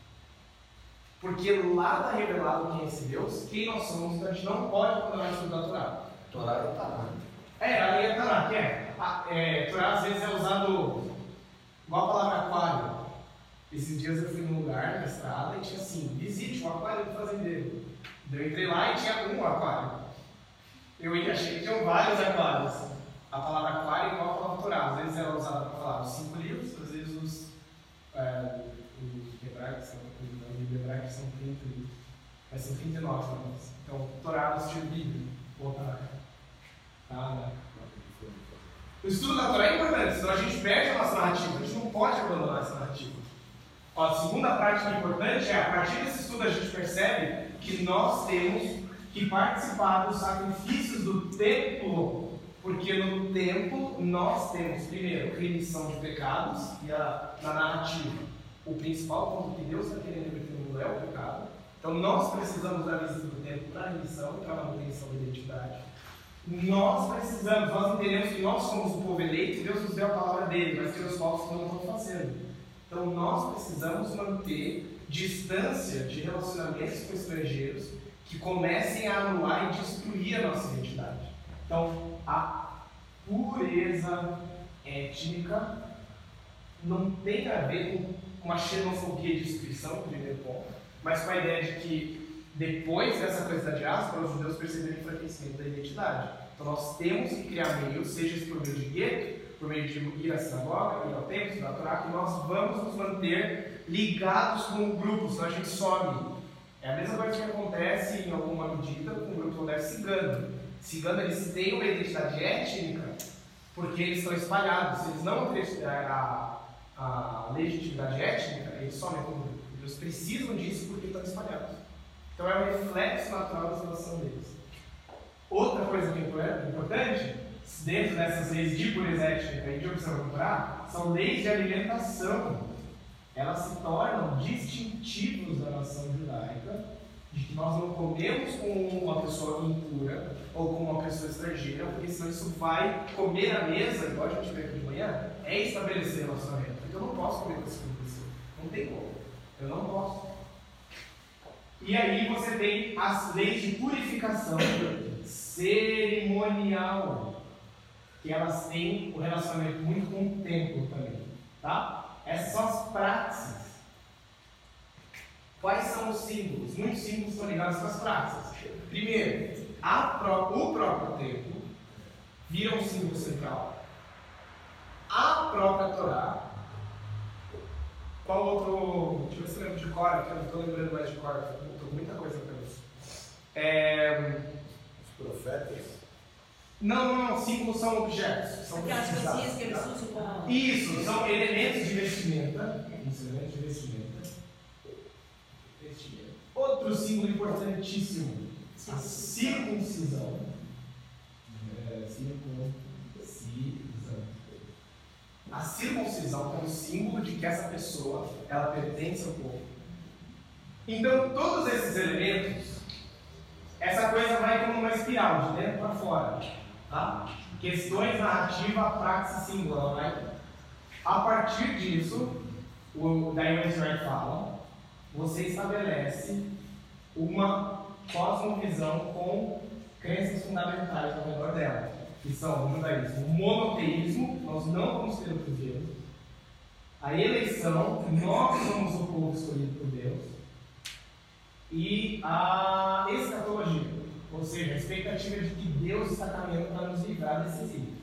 S7: Porque lá está revelado quem é esse Deus, quem nós somos, então a gente não pode abandonar o estudo da Torá.
S2: Torá é Torá.
S7: É, a lei é Torá, que é. A, é Torá às vezes é usado igual a palavra aquário. Esses dias eu fui num lugar, na estrada, e tinha assim: visite um aquário do fazendeiro. Eu entrei lá e tinha um aquário. Eu achei que tinham vários aquários. A palavra aquário é igual a palavra Torá. Às vezes ela é usada para falar os cinco livros, às vezes os, é, os hebraicos, os hebraicos são trinta livros. Mas são trinta e nove para nós. Então, Torá no estilo bíblico. Voltar. Tá, né? O estudo da Torá é importante, senão a gente perde a nossa narrativa. A gente não pode abandonar essa narrativa. Ó, a segunda prática importante é: a partir desse estudo a gente percebe que nós temos que participar dos sacrifícios do templo, porque no templo nós temos, primeiro, remissão de pecados, e a, na narrativa, o principal ponto que Deus está querendo reverter no mundo é o pecado. Então nós precisamos da visita do templo para a remissão e para a manutenção da identidade. Nós precisamos, nós entendemos que nós somos o povo eleito, Deus nos deu a palavra dele, mas que os povos não estão fazendo. Então nós precisamos manter distância de relacionamentos com estrangeiros que comecem a anular e destruir a nossa identidade. Então, a pureza étnica não tem a ver com uma xenofobia de instituição, primeiro ponto, mas com a ideia de que depois dessa coisa da diáspora, os judeus perceberam o enfraquecimento da identidade. Então nós temos que criar meios, seja por meio de gueto, por meio de ir à sinagoga, ir ao templo, estudar a Torá, que nós vamos nos manter ligados com o grupo, senão a gente some. É a mesma coisa que acontece em alguma medida com o grupo moderno cigano. Cigano, eles têm uma identidade étnica porque eles estão espalhados. Se eles não têm a, a legitimidade étnica, eles somem com o grupo. Eles precisam disso porque estão espalhados. Então é um reflexo natural da situação deles. Outra coisa que é importante, dentro dessas leis de pureza étnica e de opção cultural, são leis de alimentação. Elas se tornam distintivos da nação judaica, de que nós não comemos com uma pessoa impura ou com uma pessoa estrangeira, porque senão isso vai comer à mesa, igual a gente vê aqui de manhã, é estabelecer relacionamento. Então eu não posso comer com essa pessoa. Não tem como. Eu não posso. E aí você tem as leis de purificação cerimonial, que elas têm um relacionamento muito com o templo também, tá? Essas são as praxes. Quais são os símbolos? Muitos símbolos estão ligados com as praxes. Primeiro, a pró- o próprio templo vira um símbolo central. A própria Torá. Qual outro... Deixa eu ver se eu lembro de cor, que eu não estou lembrando mais de cor. Estou com muita coisa na cabeça. É...
S4: Os profetas?
S7: Não, não, não. Símbolos são objetos. São
S6: Aquelas coisinhas que eles usam como...
S7: Isso, são elementos de vestimenta. Isso, elementos de vestimenta. vestimenta. Outro símbolo importantíssimo, a circuncisão. É, circuncisão. A circuncisão é um símbolo de que essa pessoa, ela pertence ao povo. Então, todos esses elementos, essa coisa vai como uma espiral, de dentro para fora. Tá? Questões, narrativa, praxis, símbolo. Ela vai... A partir disso, o David Wright fala, você estabelece uma cosmovisão com crenças fundamentais ao redor dela, que são o judaísmo, o monoteísmo, nós não vamos ter outros deuses, a eleição, nós somos o povo escolhido por Deus, e a escatologia, ou seja, a expectativa de que Deus está caminhando para nos livrar desse exílio.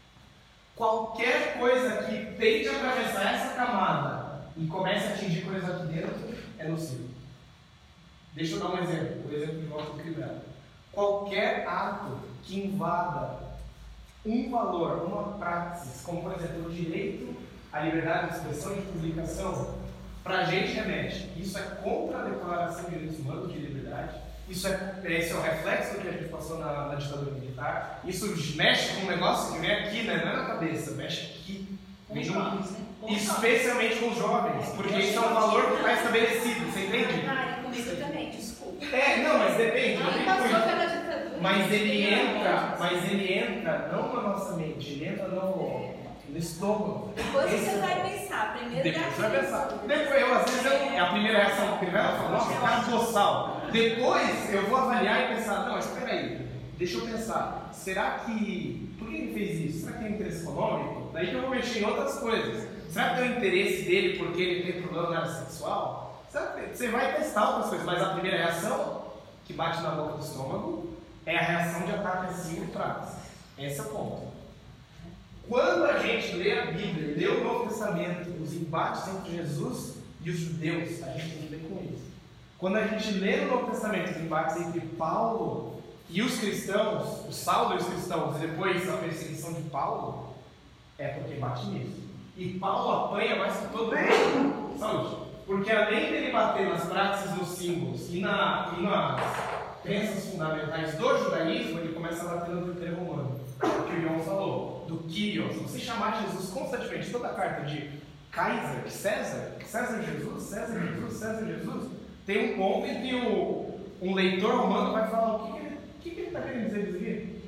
S7: Qualquer coisa que tente atravessar essa camada e comece a atingir coisas aqui dentro é nocivo. Deixa eu dar um exemplo, o exemplo de voto equilibrado. Qualquer ato que invada um valor, uma praxis, como por exemplo o direito à liberdade de expressão e de publicação, para a gente remete. Isso é contra a Declaração de Direitos Humanos de Liberdade. Isso é, esse é o reflexo do que a gente passou na, na ditadura militar. Isso mexe com um negócio que vem aqui, né? Não é na cabeça, mexe aqui.
S6: Com os jovens, né? Com os
S7: Especialmente com os jovens, porque isso é um valor que está estabelecido, você entende?
S3: Ah, comigo também, desculpa.
S7: É, não, mas depende.
S3: Aí passou pela ditadura.
S7: Mas ele entra, mas ele entra não na nossa mente, ele entra no, no estômago.
S3: Depois
S7: Esse,
S3: você vai pensar, primeiro
S7: depois você vai
S3: daqui.
S7: pensar. Depois eu, às vezes, eu, a primeira reação primeiro eu falo, nossa, cara de boçal. Depois eu vou avaliar e pensar, não, mas espera aí, deixa eu pensar, será que, por que ele fez isso? Será que tem interesse econômico? Daí que eu vou mexer em outras coisas. Será que tem o interesse dele porque ele tem problema na área sexual? Será que você vai testar outras coisas, mas a primeira reação que bate na boca do estômago é a reação de ataque assim e praxis. Esse é o ponto. Quando a gente lê a Bíblia, lê o Novo Testamento, os embates entre Jesus e os judeus, a gente tem que ver com isso. Quando a gente lê no Novo Testamento os embates entre Paulo e os cristãos, o Saulo e os cristãos, e depois a perseguição de Paulo, é porque bate nisso. E Paulo apanha mais que todo mundo. Saúde. Porque além dele bater nas praxis, nos símbolos e, na, e nas crenças fundamentais do judaísmo, ele começa a bater no Império Romano. O que o João falou, do Kyrios. Você chamar Jesus constantemente, toda a carta de Kaiser, César, César Jesus, César Jesus, César Jesus, tem um ponto em que o, um leitor romano vai falar o que, que ele que que ele está querendo dizer isso aqui?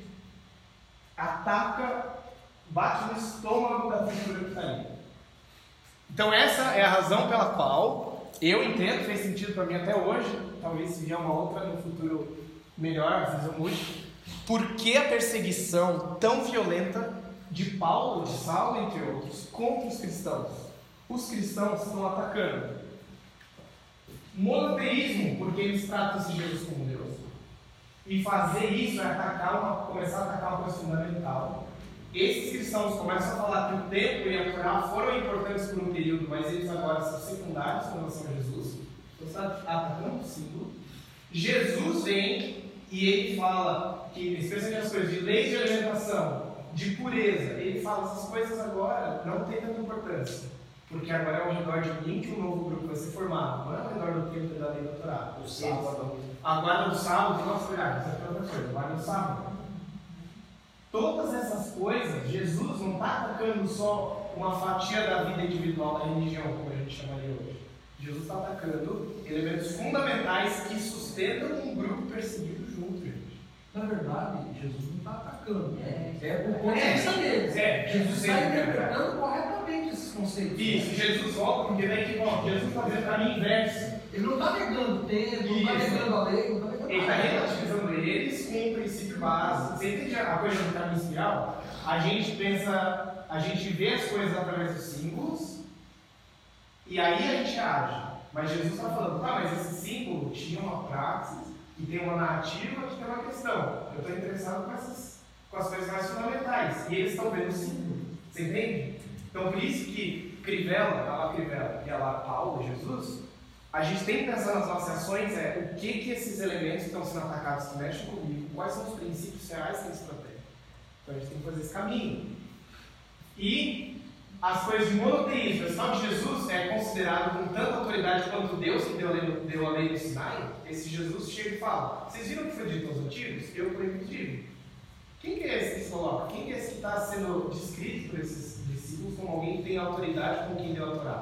S7: Ataca, bate no estômago da figura que está ali. Então essa é a razão pela qual eu entendo, fez sentido para mim até hoje, talvez se vier uma outra no futuro melhor, às vezes eu mude. Por que a perseguição tão violenta de Paulo, de Saulo, entre outros, contra os cristãos? os cristãos estão atacando monoteísmo, porque eles tratam-se de Jesus como Deus. E fazer isso é atacar uma, começar a atacar uma coisa fundamental. Esses cristãos começam a falar que o templo e a Torá foram importantes por um período, mas eles agora são secundários com relação a Jesus. Então está atacando o símbolo. Jesus vem e ele fala que, especialmente as coisas de lei de alimentação, de pureza, ele fala essas coisas agora não tem tanta importância. Porque agora é ao redor de mim que um novo grupo vai ser formado. Não é ao redor do templo da lei da Torá. O sábado. A guarda do sábado, nossa, olhar, isso é outra coisa. A guarda do sábado. Todas essas coisas, Jesus não está atacando só uma fatia da vida individual da religião, como a gente chamaria hoje. Jesus está atacando elementos fundamentais que sustentam um grupo perseguido junto, gente.
S10: Na verdade, Jesus não está atacando.
S6: É,
S10: é o ponto de vista deles.
S7: É,
S10: Jesus está interpretando corretamente esses conceitos.
S7: Isso, Jesus volta, porque daí que bom, Jesus está fazendo o caminho inverso.
S10: Ele não está negando o tempo, não está negando a lei, não está negando
S7: Ele está relativizando eles com um princípio básico. Você entende a coisa do caminho espiral? A gente pensa, a gente vê as coisas através dos símbolos e aí a gente age. Mas Jesus está falando, tá, mas esse símbolo tinha uma praxis, que tem uma narrativa, que tem uma questão. Eu estou interessado com, essas, com as coisas mais fundamentais. E eles estão vendo o símbolo. Você entende? Então por isso que Crivella, a lá Crivella, e a lá Paulo, Jesus, a gente tem que pensar nas nossas ações é o que, que esses elementos que estão sendo atacados que mexem comigo, quais são os princípios reais que eles protegem. Então a gente tem que fazer esse caminho. E as coisas de monoteísmo, o sinal de Jesus é considerado com tanta autoridade quanto Deus que deu a lei, deu a lei no Sinai. Esse Jesus chega e fala: vocês viram o que foi dito aos antigos? Eu por aí digo. Quem que é esse que se coloca? Quem que é esse que está sendo descrito por esses discípulos como alguém que tem autoridade com quem deu a Torá?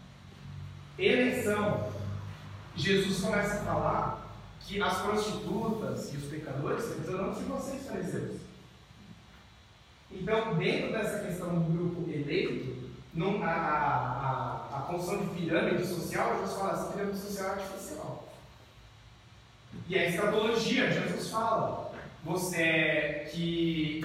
S7: Eleição. Jesus começa a falar que as prostitutas e os pecadores serão de vocês, fariseus. Então, dentro dessa questão do grupo eleito, não, a, a, a, a construção de pirâmide social, Jesus fala, essa pirâmide social é artificial. E a escatologia, Jesus fala, você, que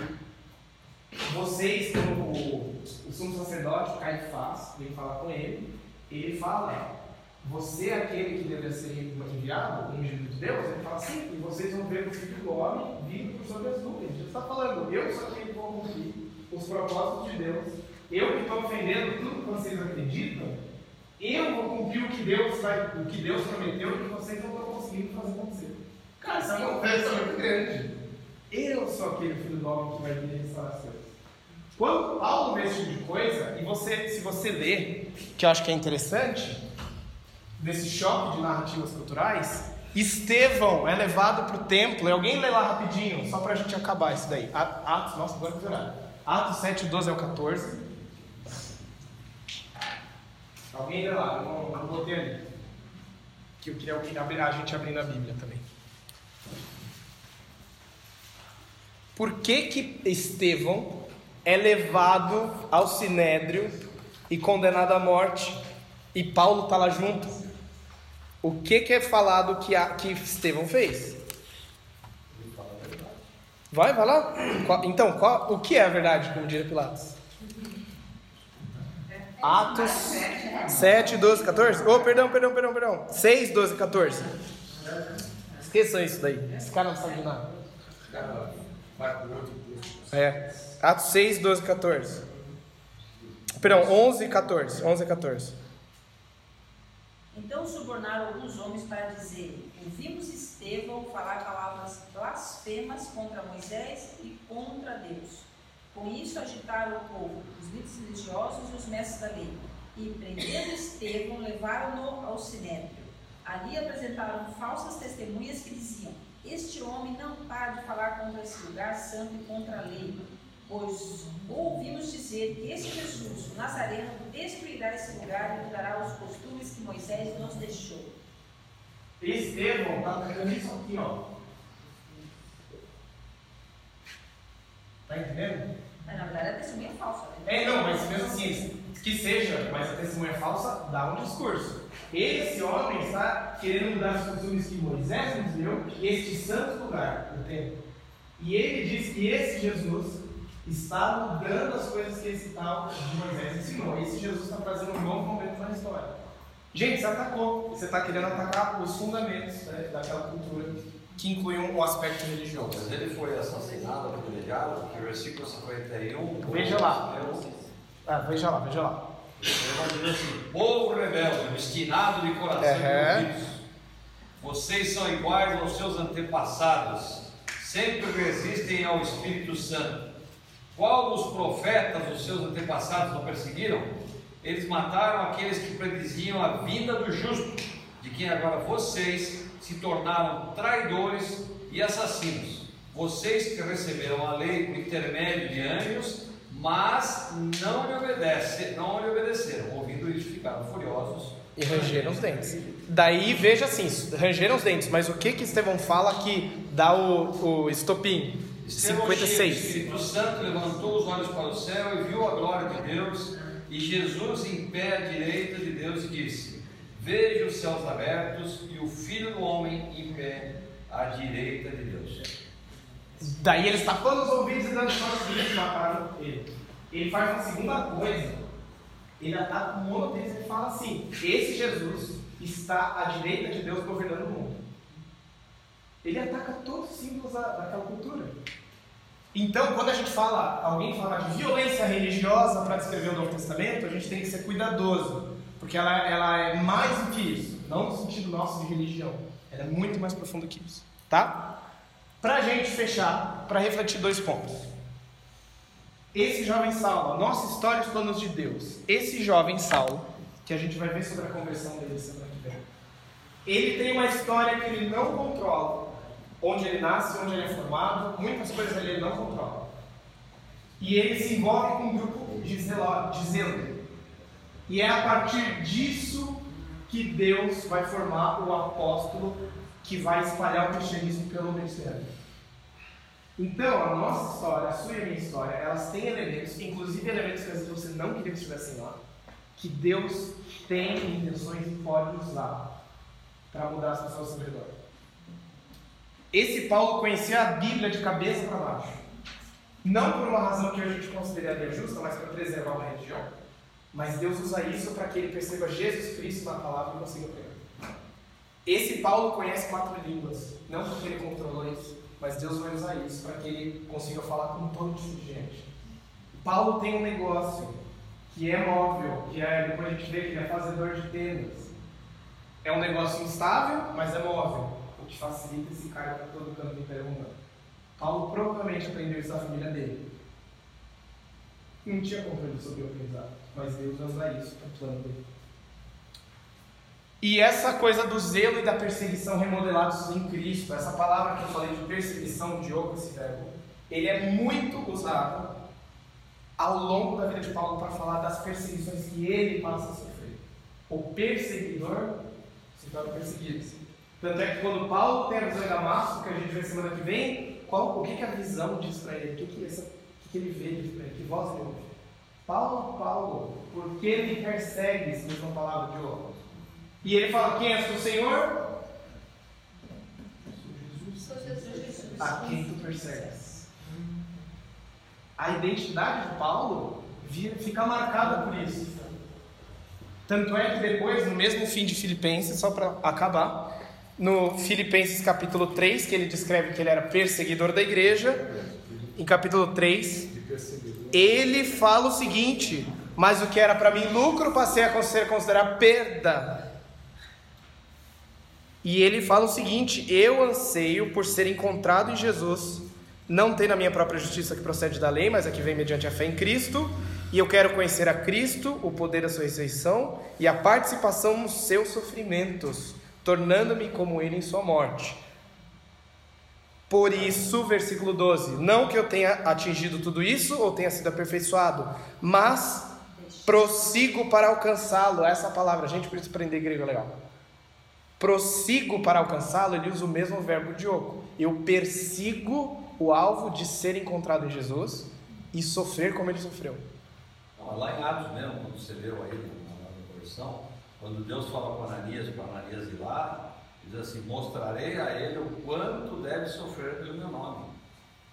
S7: vocês, como o, o sumo sacerdote, Caifás, vem falar com ele, ele fala, você é aquele que deveria ser enviado, ungido de Deus? Ele fala assim, e vocês vão ver o Filho do Homem vindo por sobre as nuvens. Jesus está falando, eu sou aquele que vou cumprir os propósitos de Deus, eu que estou ofendendo tudo que vocês acreditam, eu vou cumprir o que Deus, vai, o que Deus prometeu e que vocês não estão conseguindo fazer acontecer. Cara, isso é uma ofensa muito grande. Eu sou aquele Filho do Homem que vai vir restaurar as coisas. Quando Paulo vê esse tipo de coisa, e você, se você ler, que eu acho que é interessante, nesse choque de narrativas culturais, Estevão é levado para o templo, e alguém lê lá rapidinho, só para a gente acabar isso daí. Atos, nossa, agora que horário. Atos sete, doze ao quatorze. Alguém lê lá, eu não, não botei ali. Que eu queria abrir, a gente abrindo a Bíblia também. Por que que Estevão é levado ao sinédrio e condenado à morte, e Paulo está lá junto? O que que é falado que, a, que Estevão fez? Vai, vai lá. Então, qual, o que é a verdade, como diria Pilatos? Atos sete, doze, quatorze? Oh, perdão, perdão, perdão, perdão. seis, doze, quatorze. Esqueçam isso daí. Esse cara não sabe de nada. É. Atos seis, doze, quatorze. Perdão, onze, quatorze. onze, quatorze.
S6: Então subornaram alguns homens para dizer: ouvimos Estevão falar palavras blasfemas contra Moisés e contra Deus. Com isso agitaram o povo, os líderes religiosos e os mestres da lei, e prendendo Estevão, levaram-no ao sinédrio. Ali apresentaram falsas testemunhas que diziam: este homem não para de falar contra esse lugar santo e contra a lei, pois ouvimos dizer que este Jesus, o Nazareno, destruirá esse lugar e mudará os costumes que Moisés nos deixou.
S7: Estevão está atacando isso aqui, ó. Está entendendo?
S6: Mas, na verdade, a testemunha é falsa. Né?
S7: É, não, mas mesmo assim, que seja, mas a testemunha falsa dá um discurso. Esse homem está querendo mudar os costumes que Moisés nos deu, este santo lugar, o templo. E ele diz que esse Jesus está mudando as coisas que esse tal de Moisés ensinou. Esse Jesus está trazendo um novo momento na história. Gente, você atacou. Você está querendo atacar os fundamentos, né, daquela cultura que inclui um aspecto religioso.
S2: Mas ele foi assassinado, apedrejado, porque o versículo cinquenta e um...
S7: Veja lá. Ah, veja lá, veja lá.
S2: Ele vai dizer assim: povo rebelde, obstinado de coração
S7: Uhum.
S2: e ouvidos, vocês são iguais aos seus antepassados, sempre resistem ao Espírito Santo. Qual dos profetas os seus antepassados não perseguiram? Eles mataram aqueles que prediziam a vinda do justo, de quem agora vocês se tornaram traidores e assassinos. Vocês que receberam a lei por intermédio de anjos, mas não lhe obedecem, não lhe obedeceram. Ouvindo isso, ficaram furiosos
S7: e rangeram os dentes. Daí veja assim, rangeram os dentes, mas o que que Estevão fala que dá o, o estopim?
S2: Estevão,
S7: cinquenta e seis.
S2: cheio do Espírito Santo, levantou os olhos para o céu e viu a glória de Deus e Jesus em pé à direita de Deus, e disse: veja os céus abertos e o Filho do Homem em pé à direita de Deus.
S7: Daí ele está tapando os ouvidos e dando choros e mataram ele. Ele faz uma segunda coisa. Ele ataca o monoteísmo e fala assim: esse Jesus está à direita de Deus governando o mundo. Ele ataca todos os símbolos da, daquela cultura. Então, quando a gente fala, alguém fala de violência religiosa para descrever o Novo Testamento, a gente tem que ser cuidadoso, porque ela, ela é mais do que isso, não no sentido nosso de religião. Ela é muito mais profunda que isso, tá? Para a gente fechar, para refletir dois pontos. Esse jovem Saulo, a nossa história e os planos de Deus. Esse jovem Saulo, que a gente vai ver sobre a conversão dele semana que vem, ele tem uma história que ele não controla. Onde ele nasce, onde ele é formado, muitas coisas ele não controla. E ele se envolve com um grupo de zelo, de zelo. E é a partir disso que Deus vai formar o apóstolo que vai espalhar o cristianismo pelo Mediterrâneo. Então, a nossa história, a sua e a minha história, elas têm elementos, inclusive elementos que às vezes você não queria que estivessem lá, que Deus tem intenções e pode usar para mudar as pessoas ao seu redor. Esse Paulo conhecia a Bíblia de cabeça para baixo. Não por uma razão que a gente consideraria justa, mas para preservar uma religião. Mas Deus usa isso para que ele perceba Jesus Cristo na palavra e consiga pregar. Esse Paulo conhece quatro línguas. Não porque ele controlou isso, mas Deus vai usar isso para que ele consiga falar com todo tipo de gente. Paulo tem um negócio que é móvel, que é, depois a gente vê que ele é fazedor de tendas. É um negócio instável, mas é móvel. O que facilita esse cara para todo canto do Império Romano. Paulo provavelmente aprendeu isso da família dele. Não tinha controle sobre o aprendizado, mas Deus vai usar isso para o plano dele. E essa coisa do zelo e da perseguição remodelados em Cristo, essa palavra que eu falei de perseguição, de oco, esse verbo, ele é muito usado ao longo da vida de Paulo para falar das perseguições que ele passa a sofrer. O perseguidor se torna perseguido. Tanto é que quando Paulo tem a visão em Damasco, que a gente vê semana que vem, qual, o que, que a visão diz para ele? O que, que, essa, o que, que ele vê diz para ele? Que voz ele ouve? Paulo, Paulo, por que me persegues? Mesma palavra de ouro. E ele fala: quem és o Senhor? Sou Jesus. A quem tu persegues. A identidade de Paulo fica marcada por isso. Tanto é que depois, no mesmo fim de Filipenses, só para acabar, no Filipenses capítulo três, que ele descreve que ele era perseguidor da igreja, em capítulo três, ele fala o seguinte: mas o que era para mim lucro, passei a ser considerar perda. E ele fala o seguinte: eu anseio por ser encontrado em Jesus, não tendo a minha própria justiça que procede da lei, mas a que vem mediante a fé em Cristo, e eu quero conhecer a Cristo, o poder da sua ressurreição e a participação nos seus sofrimentos, tornando-me como ele em sua morte. Por isso, versículo doze, não que eu tenha atingido tudo isso ou tenha sido aperfeiçoado, mas prossigo para alcançá-lo. Essa palavra, gente, por isso aprender grego é legal. Prossigo para alcançá-lo, ele usa o mesmo verbo diogo. Eu persigo o alvo de ser encontrado em Jesus e sofrer como ele sofreu.
S2: Lá em Atos mesmo, quando você leu aí na conversão, quando Deus fala com Ananias, para Ananias ir lá, diz assim: mostrarei a ele o quanto deve sofrer pelo meu nome. O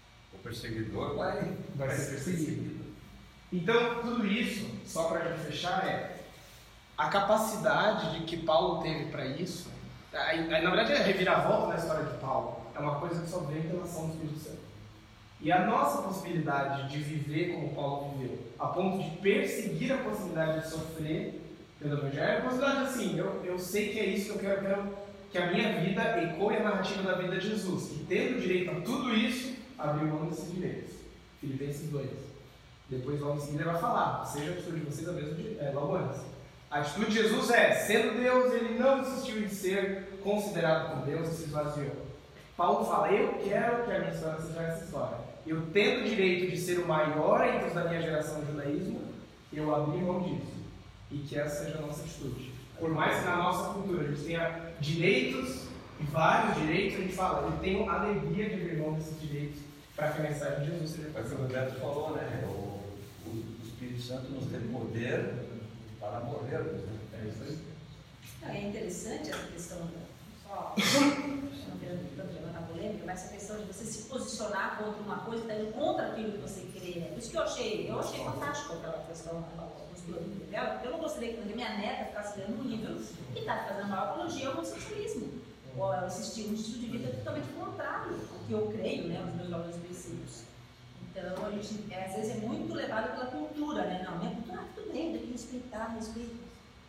S2: perseguidor vai,
S7: vai ser perseguido. Então, tudo isso, só para a gente fechar, é a capacidade de que Paulo teve para isso. Aí, na verdade, é a reviravolta na história de Paulo. É uma coisa que só vem pela ação do Espírito Santo. E a nossa possibilidade de viver como Paulo viveu, a ponto de perseguir a possibilidade de sofrer pelo Evangelho, é a possibilidade assim, eu, eu sei que é isso que eu quero, eu quero que a minha vida ecoe a narrativa da vida de Jesus. E tendo direito a tudo isso, abriu mão desses direitos. Filipenses dois. Depois, logo em seguida, ele vai falar, seja a atitude de vocês a mesma de, é, logo antes. A atitude de Jesus é, sendo Deus, ele não desistiu de ser considerado por Deus e se esvaziou. Paulo fala, eu quero que a minha história seja essa história. Eu tendo o direito de ser o maior entre os da minha geração no judaísmo, eu abri mão disso. E que essa seja a nossa atitude. Por mais que na nossa cultura a gente tenha direitos, e vários direitos, a gente fala, eu tenho alegria de abrir mão desses direitos para que a mensagem de Jesus seja
S2: passada. É o que o Roberto falou, né? O, o Espírito Santo nos deu poder para morrermos, né?
S7: É isso aí.
S6: É interessante essa questão, só não querendo tanto levantar polêmica, mas essa questão de você se posicionar contra uma coisa, tá indo contra aquilo que você crê, né? Por isso que eu achei, eu achei fantástico aquela questão, a postura dela. Eu não gostaria que minha neta ficasse lendo um livro que está fazendo a maior apologia ao homossexualismo, ou esse estilo, um estilo de vida totalmente contrário ao que eu creio, né? Os meus valores princípios. Então, a gente, às vezes, é muito levado pela cultura, né? Não, minha cultura, tudo bem, tem que respeitar, respeito.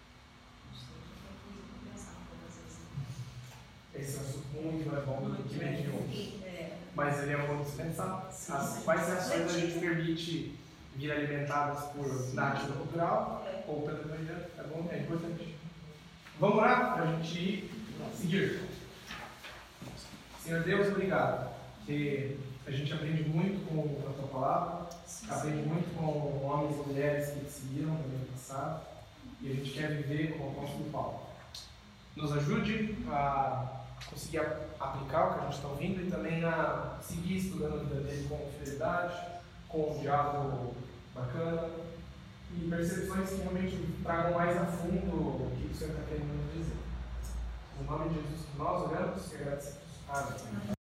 S7: Esse é um assunto muito é bom do que mediu. É. Mas ele é muito dispensável. As, quais ações a gente permite vir alimentadas por narrativa cultural é. ou pelo evangelho? É bom, é importante. Vamos lá para a gente ir seguir. Senhor Deus, obrigado. Que a gente aprende muito com a tua palavra, sim, aprende sim. muito com homens e mulheres que te seguiram no ano passado, e a gente quer viver com o apóstolo Paulo. Nos ajude a conseguir aplicar o que a gente está ouvindo e também a seguir estudando a vida dele com fidelidade, com um diálogo bacana e percepções que realmente tragam mais a fundo o que o Senhor está querendo nos dizer. No nome de Jesus, nós oramos e agradecemos. Amém.